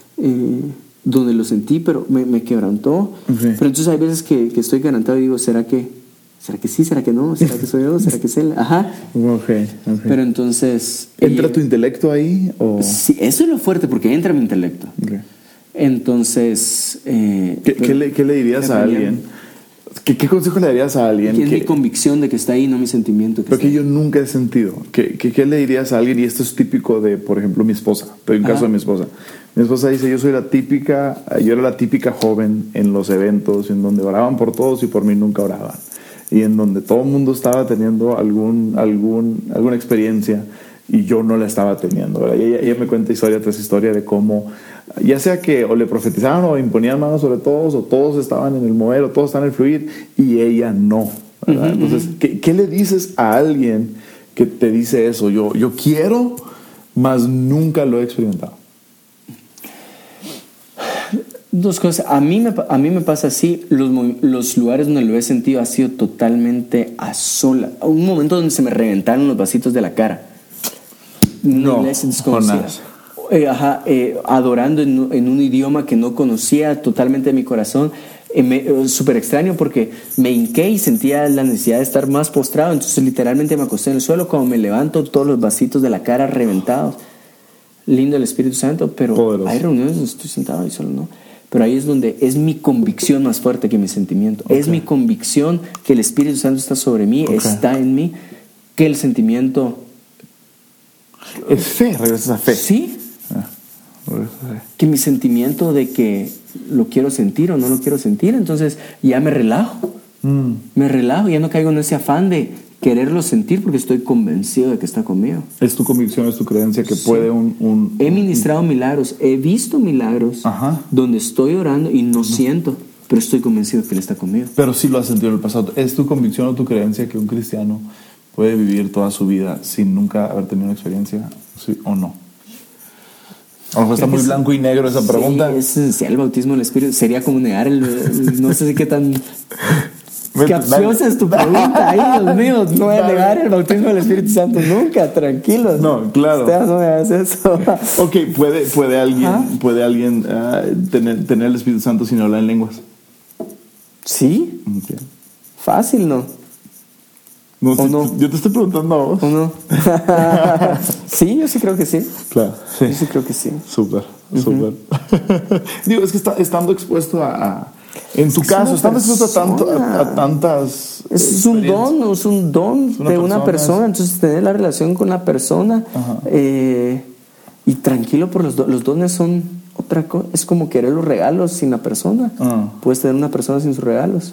[SPEAKER 2] Donde lo sentí, pero me quebrantó. Pero entonces hay veces que estoy quebrantado y digo, ¿será que sí? ¿Será que no? ¿Será que soy yo? ¿Será que es él? Pero entonces...
[SPEAKER 3] ¿Entra tu intelecto ahí? ¿O?
[SPEAKER 2] Sí, eso es lo fuerte, porque entra mi intelecto. Entonces...
[SPEAKER 3] ¿Qué le dirías a alguien? ¿Qué consejo le darías a alguien?
[SPEAKER 2] Que es mi convicción de que está ahí, no mi sentimiento.
[SPEAKER 3] Pero que yo nunca he sentido. ¿Qué le dirías a alguien? Y esto es típico de, por ejemplo, mi esposa. Te doy un caso de mi esposa. Mi esposa dice, yo era la típica joven en los eventos en donde oraban por todos y por mí nunca oraban. Y en donde todo el mundo estaba teniendo alguna experiencia y yo no la estaba teniendo, ¿verdad? Y ella me cuenta historia tras historia de cómo, ya sea que o le profetizaban o imponían manos sobre todos, o todos estaban en el mover, o todos estaban en el fluir, y ella no, ¿verdad? Entonces, ¿qué le dices a alguien que te dice eso? Yo quiero, mas nunca lo he experimentado.
[SPEAKER 2] Dos cosas. A mí me pasa así. Los lugares donde lo he sentido ha sido totalmente a sola. Un momento donde se me reventaron los vasitos de la cara.
[SPEAKER 3] No,
[SPEAKER 2] Jonás. Adorando en un idioma que no conocía, totalmente de mi corazón. Súper extraño, porque me hinqué y sentía la necesidad de estar más postrado. Entonces literalmente me acosté en el suelo. Cuando me levanto, todos los vasitos de la cara reventados. Lindo el Espíritu Santo, pero poderoso. Hay reuniones donde estoy sentado y solo no. Pero ahí es donde es mi convicción más fuerte que mi sentimiento. Es mi convicción que el Espíritu Santo está sobre mí, está en mí, que el sentimiento...
[SPEAKER 3] Es fe, regresas a fe.
[SPEAKER 2] Sí. Que mi sentimiento de que lo quiero sentir o no lo quiero sentir, entonces ya me relajo. Me relajo, ya no caigo en ese afán de quererlo sentir porque estoy convencido de que está conmigo.
[SPEAKER 3] Es tu convicción, es tu creencia que puede
[SPEAKER 2] He ministrado milagros, he visto milagros donde estoy orando y no siento, pero estoy convencido que Él está conmigo.
[SPEAKER 3] Pero sí lo has sentido en el pasado. ¿Es tu convicción o tu creencia que un cristiano puede vivir toda su vida sin nunca haber tenido una experiencia? ¿Sí o no? A lo mejor está muy blanco y negro esa pregunta.
[SPEAKER 2] Sí, es esencial el bautismo del Espíritu. Sería como negar no sé qué tan capciosa es tu pregunta. Ay, Dios mío, no voy a negar el bautismo del Espíritu Santo nunca, tranquilos.
[SPEAKER 3] No, claro.
[SPEAKER 2] No me hagas eso.
[SPEAKER 3] Ok, ¿puede alguien tener el Espíritu Santo sin hablar en lenguas?
[SPEAKER 2] Sí.
[SPEAKER 3] Okay.
[SPEAKER 2] Fácil, ¿no?
[SPEAKER 3] No,
[SPEAKER 2] ¿O no?
[SPEAKER 3] Yo te estoy preguntando a vos.
[SPEAKER 2] ¿O no? Sí, yo sí creo que sí.
[SPEAKER 3] Claro, sí.
[SPEAKER 2] Yo sí creo que sí.
[SPEAKER 3] Súper. Digo, es que estando expuesto en tu caso, estando expuesto a tantas...
[SPEAKER 2] Es un don de una persona. Entonces, tener la relación con la persona y tranquilo por los dones son otra cosa. Es como querer los regalos sin la persona. Puedes tener una persona sin sus regalos.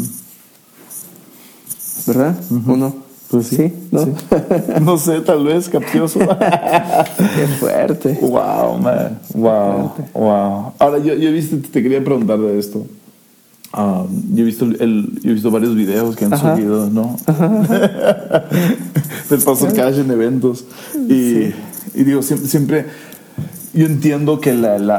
[SPEAKER 2] ¿Verdad? ¿O no?
[SPEAKER 3] Pues sí.
[SPEAKER 2] ¿No?
[SPEAKER 3] Sí. No sé, tal vez, capcioso.
[SPEAKER 2] Qué fuerte.
[SPEAKER 3] Wow, man. Wow. Ahora, yo he visto, te quería preguntar de esto. Yo he visto varios videos que han subido, ¿no? Del Pastor Cash en eventos. Y digo, siempre yo entiendo que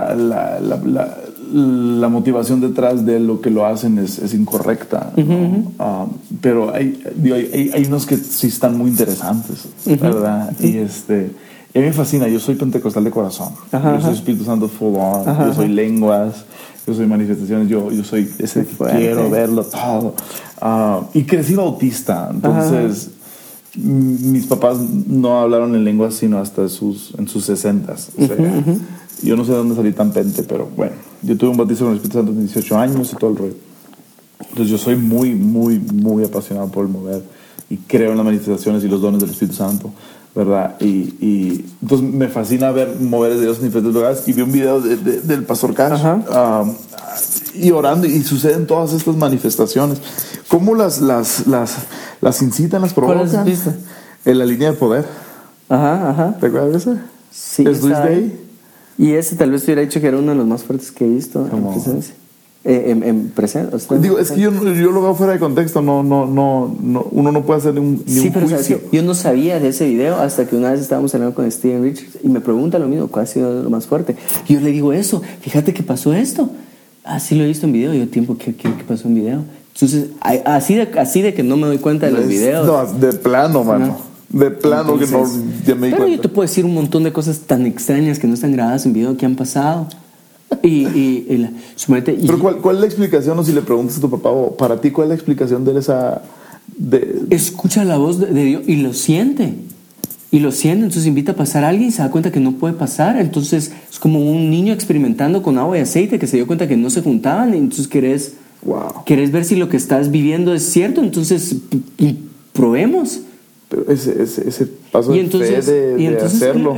[SPEAKER 3] la motivación detrás de lo que lo hacen es incorrecta, ¿no? Pero hay unos que sí están muy interesantes, ¿verdad? Y a mí me fascina. Yo soy pentecostal de corazón. Yo soy Espíritu Santo full on. Yo soy lenguas. Yo soy manifestaciones. Yo soy ese que quiero verlo todo. Y crecí bautista. Entonces mis papás no hablaron en lenguas sino hasta en sus 60s. O sea, yo no sé de dónde salí tan pente, pero bueno, yo tuve un bautizo con el Espíritu Santo en 18 años y todo el rollo. Entonces yo soy muy, muy, muy apasionado por el mover y creo en las manifestaciones y los dones del Espíritu Santo, ¿verdad? Y entonces me fascina ver moveres de Dios en diferentes lugares. Y vi un video del Pastor Cash y orando, y suceden todas estas manifestaciones. ¿Cómo las incitan, las provocan?
[SPEAKER 2] ¿Cuál has visto?
[SPEAKER 3] En la línea de poder. ¿Te acuerdas de ese?
[SPEAKER 2] Sí.
[SPEAKER 3] ¿Es Luis Day?
[SPEAKER 2] Y ese tal vez te hubiera dicho que era uno de los más fuertes que he visto en presencia. En presencia.
[SPEAKER 3] Digo, es que yo lo veo fuera de contexto. No, uno no puede hacer ni un
[SPEAKER 2] pero
[SPEAKER 3] juicio.
[SPEAKER 2] Yo no sabía de ese video hasta que una vez estábamos hablando con Steven Richards y me pregunta lo mismo, ¿cuál ha sido lo más fuerte? Y yo le digo eso, fíjate que pasó esto. Así lo he visto en video. Yo, tiempo, ¿qué pasó en video? Entonces, así de que no me doy cuenta de los videos.
[SPEAKER 3] No, de plano, mano. De plano. Entonces, que no, ya me di
[SPEAKER 2] pero
[SPEAKER 3] cuenta.
[SPEAKER 2] yo te puedo decir un montón de cosas tan extrañas que no están grabadas en video que han pasado.
[SPEAKER 3] Pero ¿cuál es la explicación? O si le preguntas a tu papá o para ti, ¿cuál es la explicación de esa...
[SPEAKER 2] Escucha la voz de Dios y lo siente. Entonces invita a pasar a alguien y se da cuenta que no puede pasar. Entonces es como un niño experimentando con agua y aceite que se dio cuenta que no se juntaban. Y entonces querés ver si lo que estás viviendo es cierto. Entonces probemos.
[SPEAKER 3] Pero ese paso de fe de hacerlo.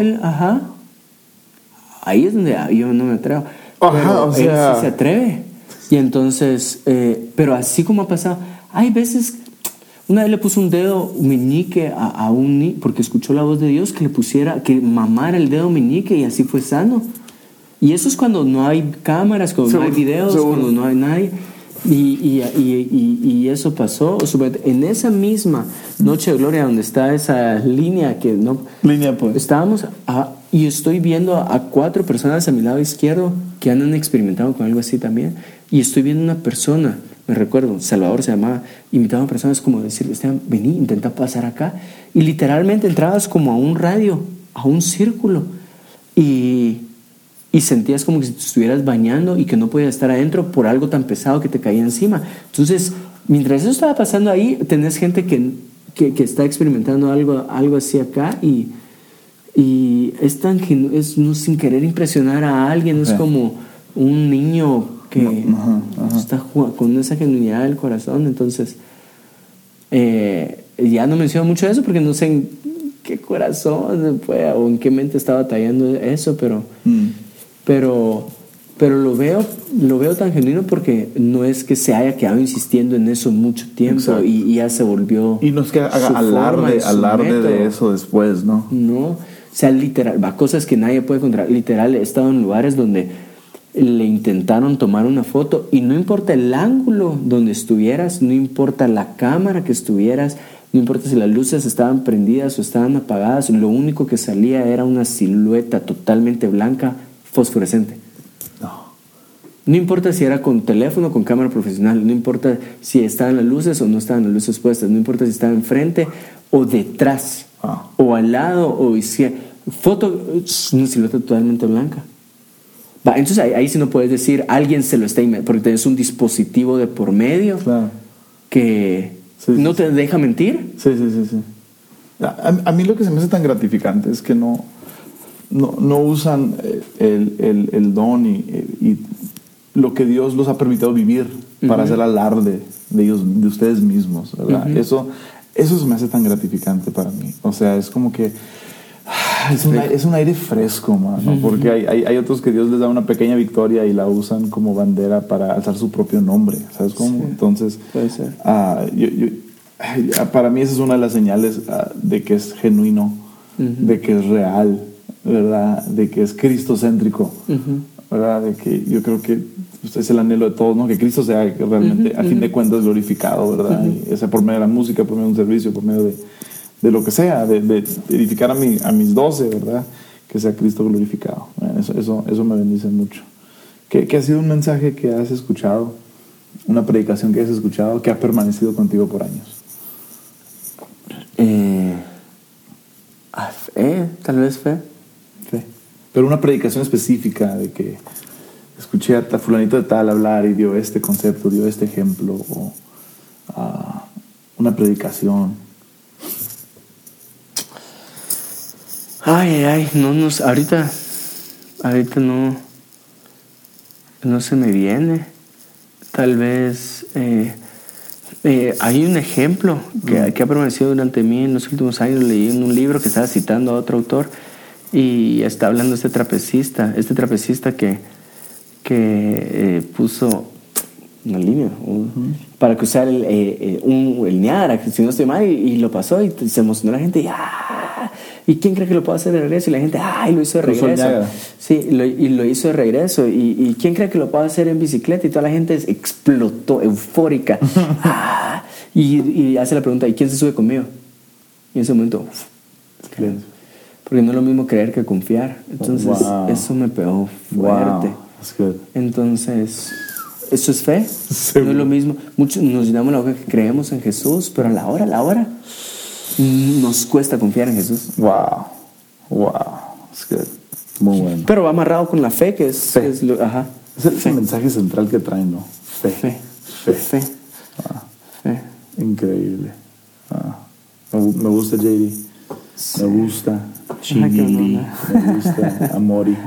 [SPEAKER 2] Ahí es donde yo no me atrevo.
[SPEAKER 3] O sea,
[SPEAKER 2] él sí se atreve. Y entonces, pero así como ha pasado, hay veces, una vez le puso un dedo meñique a un niño, porque escuchó la voz de Dios que mamara el dedo meñique y así fue sano. Y eso es cuando no hay cámaras, cuando no hay videos, cuando no hay nadie. Y eso pasó en esa misma noche de gloria donde está esa línea que no... Estábamos... Y estoy viendo a 4 personas a mi lado izquierdo que han experimentado con algo así también. Y estoy viendo una persona, me recuerdo, Salvador se llamaba, invitaba a personas como decir, Esteban, vení, intenta pasar acá. Y literalmente entrabas como a un radio, a un círculo. Y sentías como que si te estuvieras bañando y que no podías estar adentro por algo tan pesado que te caía encima. Entonces, mientras eso estaba pasando ahí, tenés gente que está experimentando algo así acá y es tan no sin querer impresionar a alguien, es como un niño que está con esa genuinidad del corazón. Entonces ya no menciono mucho eso porque no sé en qué corazón o en qué mente estaba batallando eso, pero Pero lo veo tan genuino porque no es que se haya quedado insistiendo en eso mucho tiempo y ya se volvió.
[SPEAKER 3] Y no es que haga alarde de eso después, ¿no?
[SPEAKER 2] No, o sea, literal, va cosas que nadie puede controlar. Literal, he estado en lugares donde le intentaron tomar una foto y no importa el ángulo donde estuvieras, no importa la cámara que estuvieras, no importa si las luces estaban prendidas o estaban apagadas, lo único que salía era una silueta totalmente blanca, fosforescente. No importa si era con teléfono o con cámara profesional, no importa si estaban las luces o no estaban las luces puestas, no importa si estaba enfrente o detrás, o al lado o izquierda. Foto, una silueta totalmente blanca. Entonces ahí sí no puedes decir alguien se lo está inventando, porque tienes un dispositivo de por medio que no te deja mentir.
[SPEAKER 3] Sí. A mí lo que se me hace tan gratificante es que no usan el don y lo que Dios los ha permitido vivir para hacer alarde de ellos, de ustedes mismos, ¿verdad? Eso se me hace tan gratificante para mí. O sea, es como que es un aire fresco, mano, porque hay otros que Dios les da una pequeña victoria y la usan como bandera para alzar su propio nombre, ¿sabes cómo? Sí, entonces, puede ser. Para mí esa es una de las señales de que es genuino, de que es real, ¿verdad? De que es cristocéntrico, ¿verdad? De que yo creo que es el anhelo de todos, ¿no? Que Cristo sea realmente, a fin de cuentas, glorificado, ¿verdad? Y sea por medio de la música, por medio de un servicio, por medio de lo que sea, de edificar a mis 12, ¿verdad? Que sea Cristo glorificado. Eso me bendice mucho. ¿Qué ha sido un mensaje que has escuchado, una predicación que has escuchado, que ha permanecido contigo por años?
[SPEAKER 2] Tal vez fe.
[SPEAKER 3] Pero una predicación específica de que escuché a fulanito de tal hablar y dio este concepto, dio este ejemplo, o una predicación.
[SPEAKER 2] Ahorita no se me viene. Tal vez hay un ejemplo que ha permanecido durante mí en los últimos años. Leí en un libro que estaba citando a otro autor y está hablando de este trapecista que puso una línea para cruzar el Niágara, si no estoy mal, y lo pasó y se emocionó la gente ¿y quién cree que lo puede hacer de regreso? Y la gente, y lo hizo de regreso. Sí, lo hizo de regreso. ¿Y quién cree que lo puede hacer en bicicleta? Y toda la gente explotó, eufórica. Y hace la pregunta, ¿y quién se sube conmigo? Y en ese momento, porque no es lo mismo creer que confiar. Entonces, eso me pegó fuerte. Entonces, eso es fe. Sí. No es lo mismo. Muchos nos llenamos la boca que creemos en Jesús, pero a la hora nos cuesta confiar en Jesús.
[SPEAKER 3] Wow, that's good. Muy bueno.
[SPEAKER 2] Pero va amarrado con la fe, que es fe.
[SPEAKER 3] Es el mensaje central que traen, ¿no? Fe.
[SPEAKER 2] Fe.
[SPEAKER 3] Increíble. Me gusta JD. Me gusta Chingili. Me gusta Amori.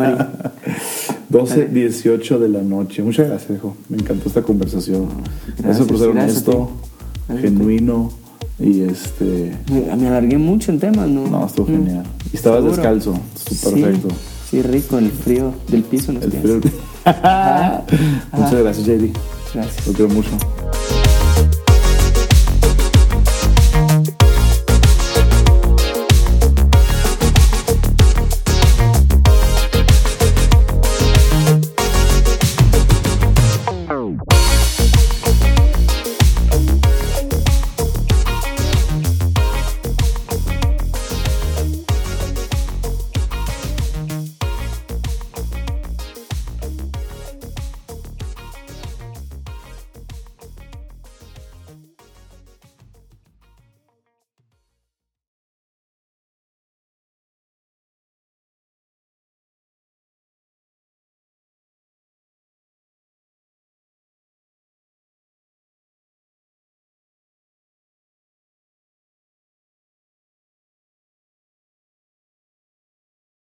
[SPEAKER 3] 12:18 de la noche. Muchas gracias, hijo. Me encantó esta conversación. Gracias por ser honesto, genuino. Y
[SPEAKER 2] me alargué mucho en temas, ¿no?
[SPEAKER 3] No, estuvo genial. Y estabas descalzo, estuvo perfecto.
[SPEAKER 2] Sí, rico, el frío del piso.
[SPEAKER 3] Muchas gracias, JD.
[SPEAKER 2] Gracias.
[SPEAKER 3] Lo quiero mucho.